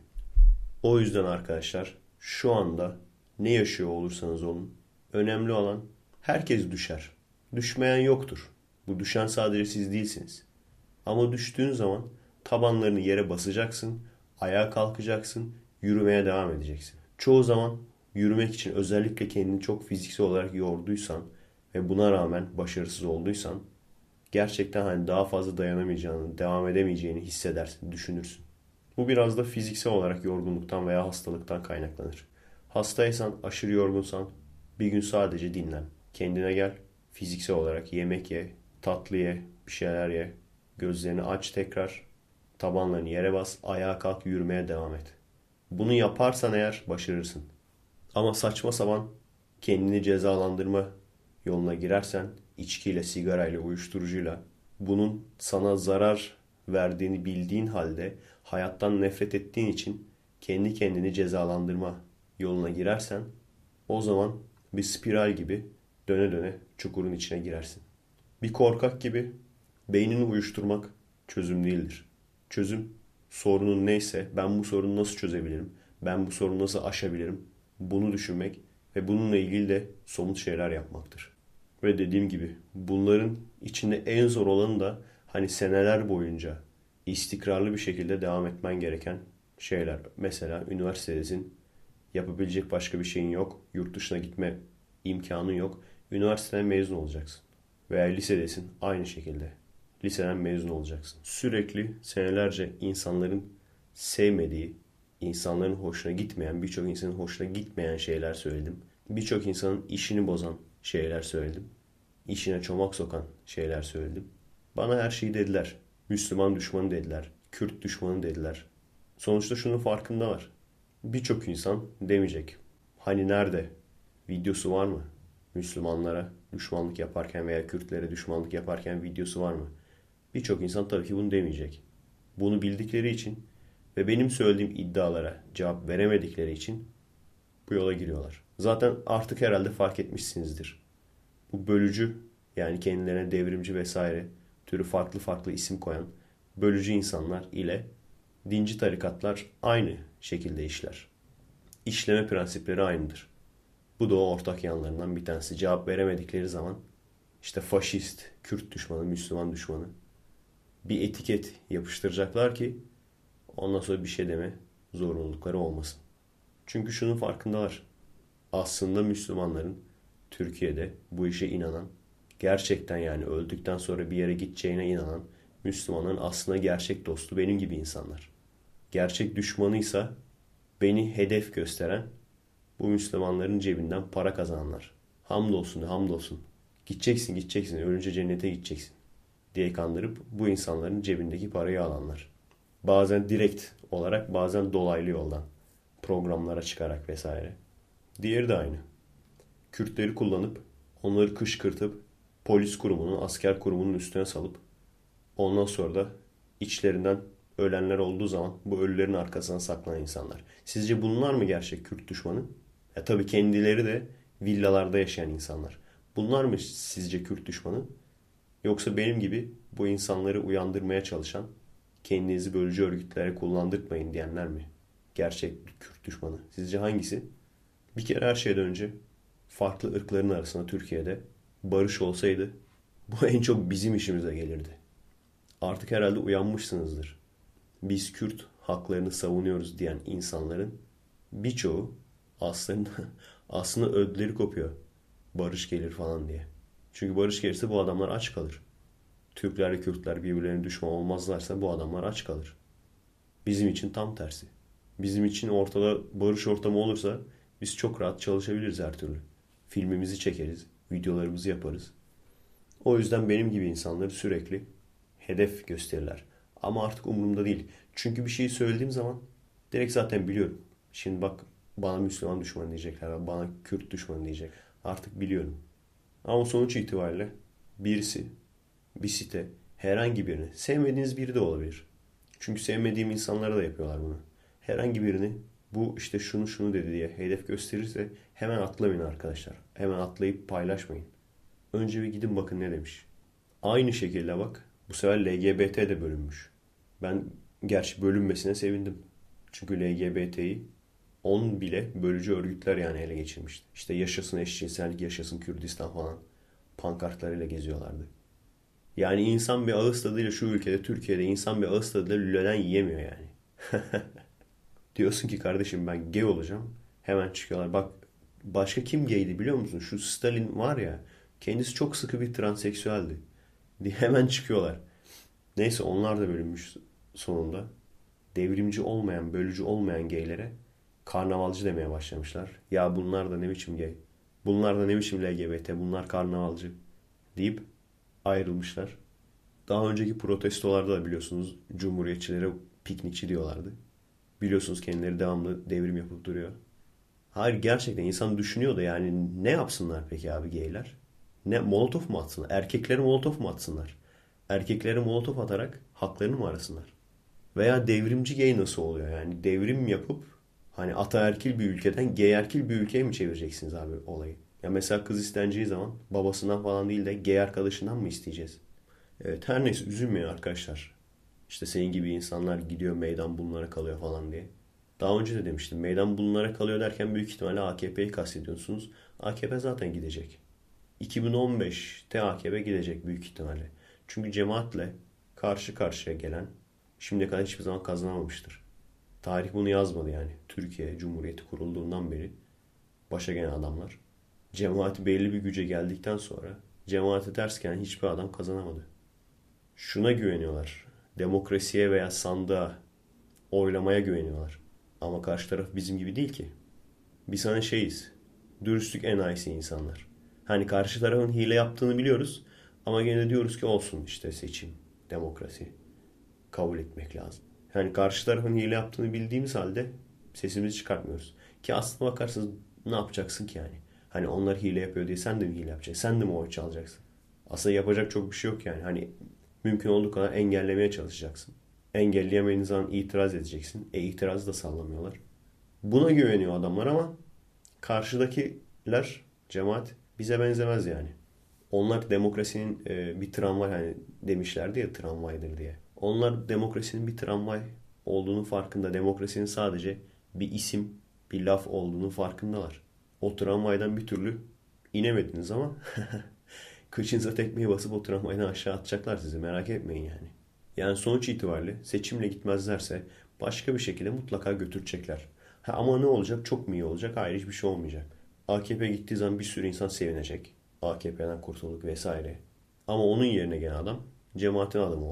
O yüzden arkadaşlar şu anda ne yaşıyor olursanız olun önemli olan herkes düşer. Düşmeyen yoktur. Bu düşen sadece siz değilsiniz. Ama düştüğün zaman tabanlarını yere basacaksın, ayağa kalkacaksın, yürümeye devam edeceksin. Çoğu zaman yürümek için özellikle kendini çok fiziksel olarak yorduysan ve buna rağmen başarısız olduysan gerçekten hani daha fazla dayanamayacağını, devam edemeyeceğini hissedersin, düşünürsün. Bu biraz da fiziksel olarak yorgunluktan veya hastalıktan kaynaklanır. Hastaysan, aşırı yorgunsan bir gün sadece dinlen. Kendine gel, fiziksel olarak yemek ye, tatlı ye, bir şeyler ye. Gözlerini aç tekrar, tabanlarını yere bas, ayağa kalk, yürümeye devam et. Bunu yaparsan eğer başarırsın. Ama saçma sapan kendini cezalandırma yoluna girersen, içkiyle, sigarayla, uyuşturucuyla bunun sana zarar verdiğini bildiğin halde hayattan nefret ettiğin için kendi kendini cezalandırma yoluna girersen o zaman bir spiral gibi döne döne çukurun içine girersin. Bir korkak gibi beynini uyuşturmak çözüm değildir. Çözüm sorunun neyse ben bu sorunu nasıl çözebilirim? Ben bu sorunu nasıl aşabilirim? Bunu düşünmek ve bununla ilgili de somut şeyler yapmaktır. Ve dediğim gibi bunların içinde en zor olanı da hani seneler boyunca istikrarlı bir şekilde devam etmen gereken şeyler. Mesela üniversitedesin, yapabilecek başka bir şeyin yok, yurt dışına gitme imkanın yok. Üniversiteden mezun olacaksın. Veya lisedesin, aynı şekilde. Liseden mezun olacaksın. Sürekli senelerce insanların sevmediği, insanların hoşuna gitmeyen, birçok insanın hoşuna gitmeyen şeyler söyledim. Birçok insanın işini bozan şeyler söyledim. İşine çomak sokan şeyler söyledim. Bana her şeyi dediler. Müslüman düşmanı dediler. Kürt düşmanı dediler. Sonuçta şunun farkında var. Birçok insan demeyecek. Hani nerede? Videosu var mı? Müslümanlara düşmanlık yaparken veya Kürtlere düşmanlık yaparken videosu var mı? Birçok insan tabii ki bunu demeyecek. Bunu bildikleri için ve benim söylediğim iddialara cevap veremedikleri için bu yola giriyorlar. Zaten artık herhalde fark etmişsinizdir. Bu bölücü, yani kendilerine devrimci vesaire türü farklı farklı isim koyan bölücü insanlar ile dinci tarikatlar aynı şekilde işler. İşleme prensipleri aynıdır. Bu da o ortak yanlarından bir tanesi. Cevap veremedikleri zaman işte faşist, Kürt düşmanı, Müslüman düşmanı bir etiket yapıştıracaklar ki ondan sonra bir şey deme zorunlulukları olmasın. Çünkü şunun farkındalar. Aslında Müslümanların Türkiye'de bu işe inanan, gerçekten yani öldükten sonra bir yere gideceğine inanan Müslümanların aslında gerçek dostu benim gibi insanlar. Gerçek düşmanıysa beni hedef gösteren bu Müslümanların cebinden para kazananlar. Hamdolsun, hamdolsun. Gideceksin, gideceksin, ölünce cennete gideceksin diye kandırıp bu insanların cebindeki parayı alanlar. Bazen direkt olarak, bazen dolaylı yoldan. Programlara çıkarak vesaire. Diğeri de aynı. Kürtleri kullanıp, onları kışkırtıp, polis kurumunun, asker kurumunun üstüne salıp, ondan sonra da içlerinden ölenler olduğu zaman bu ölülerin arkasına saklanan insanlar. Sizce bunlar mı gerçek Kürt düşmanı? E tabii kendileri de villalarda yaşayan insanlar. Bunlar mı sizce Kürt düşmanı? Yoksa benim gibi bu insanları uyandırmaya çalışan, kendinizi bölücü örgütlere kullandırtmayın diyenler mi? Gerçek bir Kürt düşmanı. Sizce hangisi? Bir kere her şeyden önce farklı ırkların arasında Türkiye'de barış olsaydı bu en çok bizim işimize gelirdi. Artık herhalde uyanmışsınızdır. Biz Kürt haklarını savunuyoruz diyen insanların birçoğu aslında aslında ödleri kopuyor. Barış gelir falan diye. Çünkü barış gelirse bu adamlar aç kalır. Türkler ve Kürtler birbirlerine düşman olmazlarsa bu adamlar aç kalır. Bizim için tam tersi. Bizim için ortada barış ortamı olursa biz çok rahat çalışabiliriz her türlü. Filmimizi çekeriz, videolarımızı yaparız. O yüzden benim gibi insanları sürekli hedef gösterirler. Ama artık umurumda değil. Çünkü bir şeyi söylediğim zaman direkt zaten biliyorum. Şimdi bak bana Müslüman düşman diyecekler, bana Kürt düşman diyecek. Artık biliyorum. Ama sonuç itibariyle birisi, bir site, herhangi birini, sevmediğiniz biri de olabilir. Çünkü sevmediğim insanlara da yapıyorlar bunu. Herhangi birini bu işte şunu şunu dedi diye hedef gösterirse hemen atlamayın arkadaşlar. Hemen atlayıp paylaşmayın. Önce bir gidin bakın ne demiş. Aynı şekilde bak bu sefer L G B T de bölünmüş. Ben gerçi bölünmesine sevindim. Çünkü L G B T'yi on bile bölücü örgütler yani ele geçirmişti. İşte yaşasın eşcinsellik, yaşasın Kürdistan falan pankartlarıyla geziyorlardı. Yani insan bir ağız tadıyla şu ülkede, Türkiye'de insan bir ağız tadıyla lüleden yiyemiyor yani. Diyorsun ki kardeşim ben gay olacağım. Hemen çıkıyorlar. Bak başka kim gaydi biliyor musun? Şu Stalin var ya kendisi çok sıkı bir transseksüeldi. Diye hemen çıkıyorlar. Neyse onlar da bölünmüş sonunda. Devrimci olmayan, bölücü olmayan gaylere karnavalcı demeye başlamışlar. Ya bunlar da ne biçim gay? Bunlar da ne biçim L G B T? Bunlar karnavalcı deyip ayrılmışlar. Daha önceki protestolarda da biliyorsunuz cumhuriyetçilere piknikçi diyorlardı. Biliyorsunuz kendileri devamlı devrim yapıp duruyor. Hayır gerçekten insan düşünüyor da yani ne yapsınlar peki abi gayler? Ne molotof mu atsınlar? Erkeklere molotof mu atsınlar? Erkeklere molotof atarak haklarını mı arasınlar? Veya devrimci gay nasıl oluyor? Yani devrim yapıp hani ataerkil bir ülkeden gayerkil bir ülkeye mi çevireceksiniz abi olayı? Ya mesela kız isteneceği zaman babasından falan değil de gay arkadaşından mı isteyeceğiz? Evet her neyse üzülmeyin arkadaşlar. İşte senin gibi insanlar gidiyor meydan bunlara kalıyor falan diye. Daha önce de demiştim. Meydan bunlara kalıyor derken büyük ihtimalle A K P'yi kastediyorsunuz. A K P zaten gidecek. iki bin on beşte A K P gidecek büyük ihtimalle. Çünkü cemaatle karşı karşıya gelen şimdiye kadar hiçbir zaman kazanamamıştır. Tarih bunu yazmadı yani. Türkiye Cumhuriyeti kurulduğundan beri başa gelen adamlar. Cemaati belli bir güce geldikten sonra cemaate ters gelen hiçbir adam kazanamadı. Şuna güveniyorlar. Demokrasiye veya sandığa, oylamaya güveniyorlar. Ama karşı taraf bizim gibi değil ki. Biz hani şeyiz. Dürüstlük enayisi insanlar. Hani karşı tarafın hile yaptığını biliyoruz. Ama gene de diyoruz ki olsun işte seçim, demokrasi. Kabul etmek lazım. Yani karşı tarafın hile yaptığını bildiğimiz halde sesimizi çıkartmıyoruz. Ki aslına bakarsanız ne yapacaksın ki yani? Hani onlar hile yapıyor diye sen de mi hile yapacaksın? Sen de mi oy çalacaksın? Aslında yapacak çok bir şey yok yani. Hani mümkün olduğu kadar engellemeye çalışacaksın. Engelleyemediğin zaman itiraz edeceksin. E itirazı da sallamıyorlar. Buna güveniyor adamlar ama karşıdakiler, cemaat bize benzemez yani. Onlar demokrasinin e, bir tramvay hani demişlerdi ya tramvaydır diye. Onlar demokrasinin bir tramvay olduğunu farkında. Demokrasinin sadece bir isim, bir laf olduğunu farkındalar. O tramvaydan bir türlü inemediniz ama kıçınıza tekmeyi basıp o tramvaydan aşağı atacaklar sizi merak etmeyin yani. Yani sonuç itibariyle seçimle gitmezlerse başka bir şekilde mutlaka götürecekler. Ha, ama ne olacak? Çok mu iyi olacak? Hayır hiçbir şey olmayacak. A K P gittiği zaman bir sürü insan sevinecek. A K P'den kurtulduk vesaire. Ama onun yerine gelen adam cemaatin adamı olacak.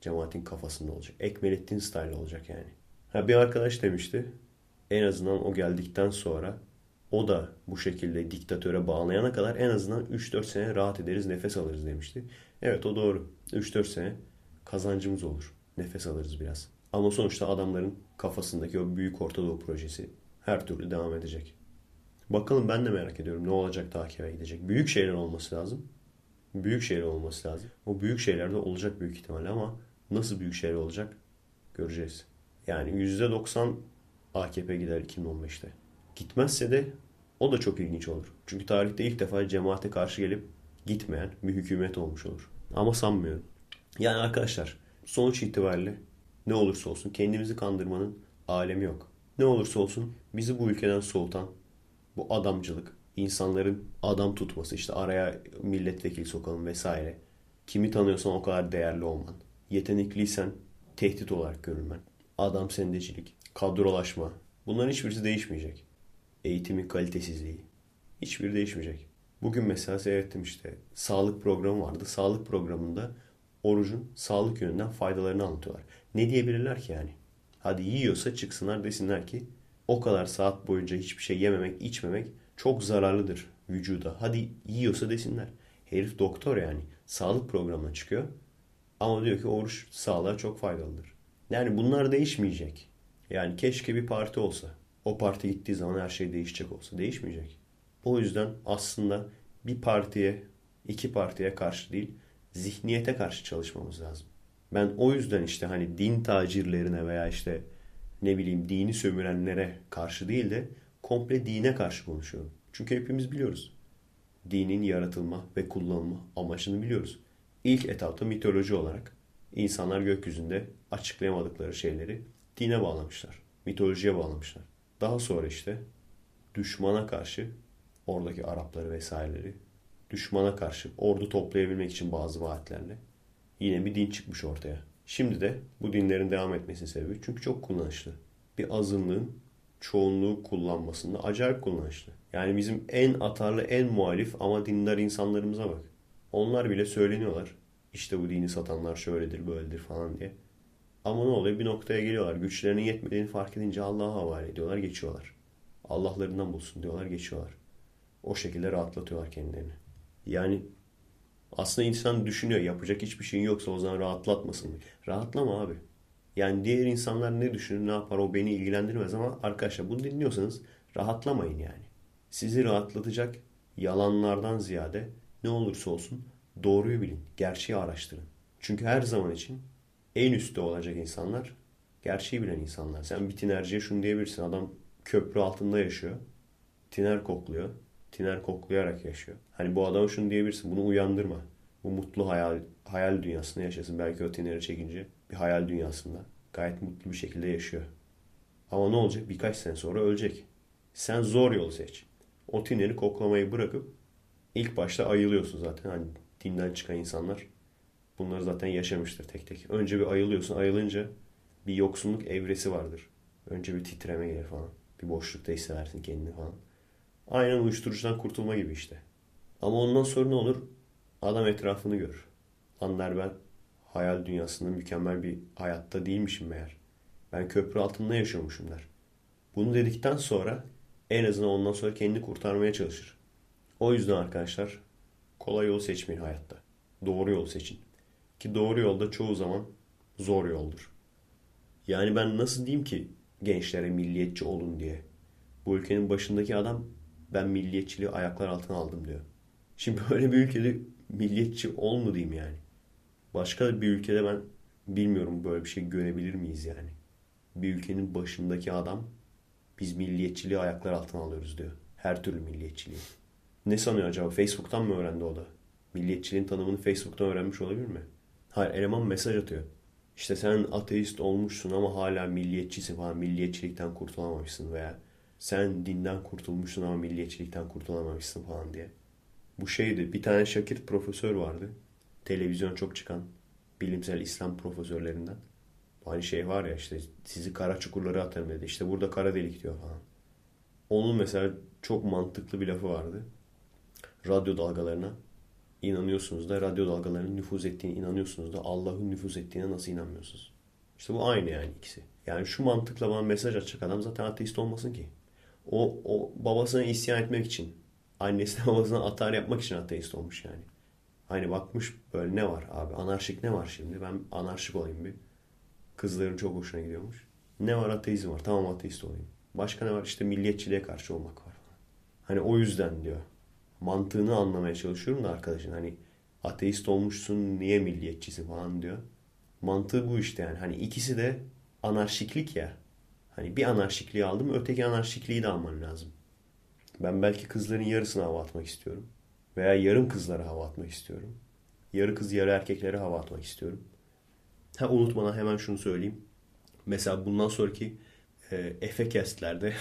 Cemaatin kafasında olacak. Ekmelettin style olacak yani. Ha, bir arkadaş demişti. En azından o geldikten sonra o da bu şekilde diktatöre bağlayana kadar en azından üç dört sene rahat ederiz, nefes alırız demişti. Evet, o doğru. üç dört sene kazancımız olur. Nefes alırız biraz. Ama sonuçta adamların kafasındaki o büyük Orta Doğu projesi her türlü devam edecek. Bakalım, ben de merak ediyorum ne olacak, takibe gidecek. Büyük şeyler olması lazım. Büyük şeyler olması lazım. O büyük şeyler de olacak büyük ihtimalle ama nasıl büyük şeyler olacak göreceğiz. Yani yüzde doksan A K P gider iki bin on beşte. Gitmezse de o da çok ilginç olur. Çünkü tarihte ilk defa cemaate karşı gelip gitmeyen bir hükümet olmuş olur. Ama sanmıyorum. Yani arkadaşlar, sonuç itibariyle ne olursa olsun kendimizi kandırmanın alemi yok. Ne olursa olsun bizi bu ülkeden soğutan bu adamcılık, insanların adam tutması, işte araya milletvekili sokalım vesaire. Kimi tanıyorsan o kadar değerli olman. Yetenekliysen tehdit olarak görülmen. Adam sendecilik, kadrolaşma. Bunların hiçbirisi değişmeyecek. Eğitimin kalitesizliği. Hiçbiri değişmeyecek. Bugün mesela seyrettim işte. Sağlık programı vardı. Sağlık programında orucun sağlık yönünden faydalarını anlatıyorlar. Ne diyebilirler ki yani? Hadi yiyorsa çıksınlar desinler ki o kadar saat boyunca hiçbir şey yememek, içmemek çok zararlıdır vücuda. Hadi yiyorsa desinler. Herif doktor yani. Sağlık programına çıkıyor. Ama diyor ki oruç sağlığa çok faydalıdır. Yani bunlar değişmeyecek. Yani keşke bir parti olsa. O parti gittiği zaman her şey değişecek olsa. Değişmeyecek. O yüzden aslında bir partiye, iki partiye karşı değil, zihniyete karşı çalışmamız lazım. Ben o yüzden işte hani din tacirlerine veya işte ne bileyim dini sömürenlere karşı değil de komple dine karşı konuşuyorum. Çünkü hepimiz biliyoruz. Dinin yaratılma ve kullanılma amacını biliyoruz. İlk etapta mitoloji olarak insanlar gökyüzünde açıklayamadıkları şeyleri dine bağlamışlar. Mitolojiye bağlamışlar. Daha sonra işte düşmana karşı oradaki Arapları vesaireleri düşmana karşı ordu toplayabilmek için bazı vaatlerle yine bir din çıkmış ortaya. Şimdi de bu dinlerin devam etmesinin sebebi çünkü çok kullanışlı. Bir azınlığın çoğunluğu kullanmasında acayip kullanışlı. Yani bizim en atarlı, en muhalif ama dindar insanlarımıza bak. Onlar bile söyleniyorlar. İşte bu dini satanlar şöyledir, böyledir falan diye. Ama ne oluyor? Bir noktaya geliyorlar. Güçlerinin yetmediğini fark edince Allah'a havale ediyorlar, geçiyorlar. Allah'larından bulsun diyorlar, geçiyorlar. O şekilde rahatlatıyorlar kendilerini. Yani aslında insan düşünüyor, yapacak hiçbir şeyin yoksa o zaman rahatlatmasın mı? Rahatlama abi. Yani diğer insanlar ne düşünür, ne yapar o beni ilgilendirmez ama arkadaşlar bunu dinliyorsanız rahatlamayın yani. Sizi rahatlatacak yalanlardan ziyade ne olursa olsun doğruyu bilin, gerçeği araştırın. Çünkü her zaman için en üstte olacak insanlar gerçeği bilen insanlar. Sen bir tinerciye şunu diyebilirsin, adam köprü altında yaşıyor, tiner kokluyor. Tiner koklayarak yaşıyor. Hani bu adama şunu diyebilirsin. Bunu uyandırma. Bu mutlu hayal, hayal dünyasında yaşasın. Belki o tineri çekince bir hayal dünyasında gayet mutlu bir şekilde yaşıyor. Ama ne olacak? Birkaç sene sonra ölecek. Sen zor yolu seç. O tineri koklamayı bırakıp ilk başta ayılıyorsun zaten. Hani dinden çıkan insanlar bunları zaten yaşamıştır tek tek. Önce bir ayılıyorsun. Ayılınca bir yoksunluk evresi vardır. Önce bir titreme gelir falan. Bir boşlukta hissedersin kendini falan. Aynen uyuşturucudan kurtulma gibi işte. Ama ondan sonra ne olur? Adam etrafını görür. Lan der, ben hayal dünyasında mükemmel bir hayatta değilmişim meğer. Ben köprü altında yaşıyormuşum der. Bunu dedikten sonra en azından ondan sonra kendini kurtarmaya çalışır. O yüzden arkadaşlar kolay yolu seçmeyin hayatta. Doğru yolu seçin. Ki doğru yolda çoğu zaman zor yoldur. Yani ben nasıl diyeyim ki gençlere milliyetçi olun diye. Bu ülkenin başındaki adam ben milliyetçiliği ayaklar altına aldım diyor. Şimdi böyle bir ülkede milliyetçi ol mu diyeyim yani. Başka bir ülkede ben bilmiyorum böyle bir şey görebilir miyiz yani. Bir ülkenin başındaki adam biz milliyetçiliği ayaklar altına alıyoruz diyor. Her türlü milliyetçiliği. Ne sanıyor acaba? Facebook'tan mı öğrendi o da? Milliyetçiliğin tanımını Facebook'tan öğrenmiş olabilir mi? Hayır, eleman mesaj atıyor. İşte sen ateist olmuşsun ama hala milliyetçisin falan. Milliyetçilikten kurtulamamışsın veya sen dinden kurtulmuşsun ama milliyetçilikten kurtulamamışsın falan diye. Bu şeydi, bir tane Şakir profesör vardı. Televizyon çok çıkan bilimsel İslam profesörlerinden. Hani şey var ya işte sizi kara çukurlara atarım dedi. İşte burada kara delik diyor falan. Onun mesela çok mantıklı bir lafı vardı. Radyo dalgalarına inanıyorsunuz da radyo dalgalarının nüfuz ettiğine inanıyorsunuz da Allah'ın nüfuz ettiğine nasıl inanmıyorsunuz? İşte bu aynı yani ikisi. Yani şu mantıkla bana mesaj atacak adam zaten ateist olmasın ki. O, o babasına isyan etmek için, annesine babasına atar yapmak için ateist olmuş yani. Hani bakmış böyle ne var abi, anarşik ne var şimdi, ben anarşik olayım bir. Kızların çok hoşuna gidiyormuş. Ne var, ateizm var, tamam ateist olayım. Başka ne var, işte milliyetçiliğe karşı olmak var. Hani o yüzden diyor. Mantığını anlamaya çalışıyorum da arkadaşın, hani ateist olmuşsun niye milliyetçisin falan diyor. Mantığı bu işte yani. Hani ikisi de anarşiklik ya. Hani bir anarşikliği aldım, öteki anarşikliği de alman lazım. Ben belki kızların yarısına hava atmak istiyorum. Veya yarım kızlara hava atmak istiyorum. Yarı kız yarı erkeklere hava atmak istiyorum. Ha, unutmadan hemen şunu söyleyeyim. Mesela bundan sonraki e, Efecast'lerde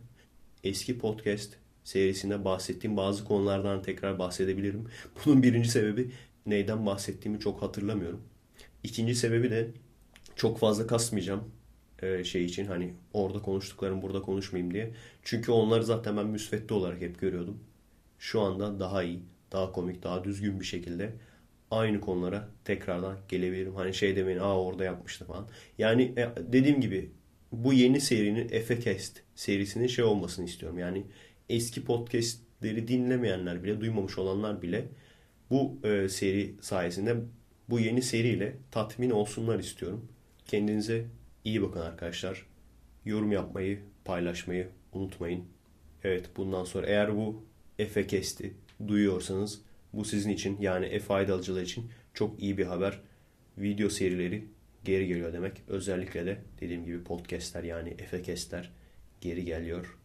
eski podcast serisinde bahsettiğim bazı konulardan tekrar bahsedebilirim. Bunun birinci sebebi neyden bahsettiğimi çok hatırlamıyorum. İkinci sebebi de çok fazla kasmayacağım e, şey için, hani orada konuştuklarım burada konuşmayayım diye. Çünkü onları zaten ben müsvedde olarak hep görüyordum. Şu anda daha iyi, daha komik, daha düzgün bir şekilde aynı konulara tekrardan gelebilirim. Hani şey demeyin, aa orada yapmıştı falan. Yani e, dediğim gibi bu yeni serinin Efecast serisinin şey olmasını istiyorum. Yani eski podcastleri dinlemeyenler bile, duymamış olanlar bile bu e, seri sayesinde bu yeni seriyle tatmin olsunlar istiyorum. Kendinize iyi bakın arkadaşlar. Yorum yapmayı, paylaşmayı unutmayın. Evet, bundan sonra eğer bu Efecast'i duyuyorsanız bu sizin için, yani Efe Aydalcılar için çok iyi bir haber. Video serileri geri geliyor demek. Özellikle de dediğim gibi podcastler, yani Efecast'ler geri geliyor.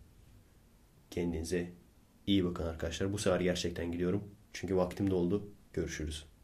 Kendinize iyi bakın arkadaşlar. Bu sefer gerçekten gidiyorum. Çünkü vaktim doldu. Görüşürüz.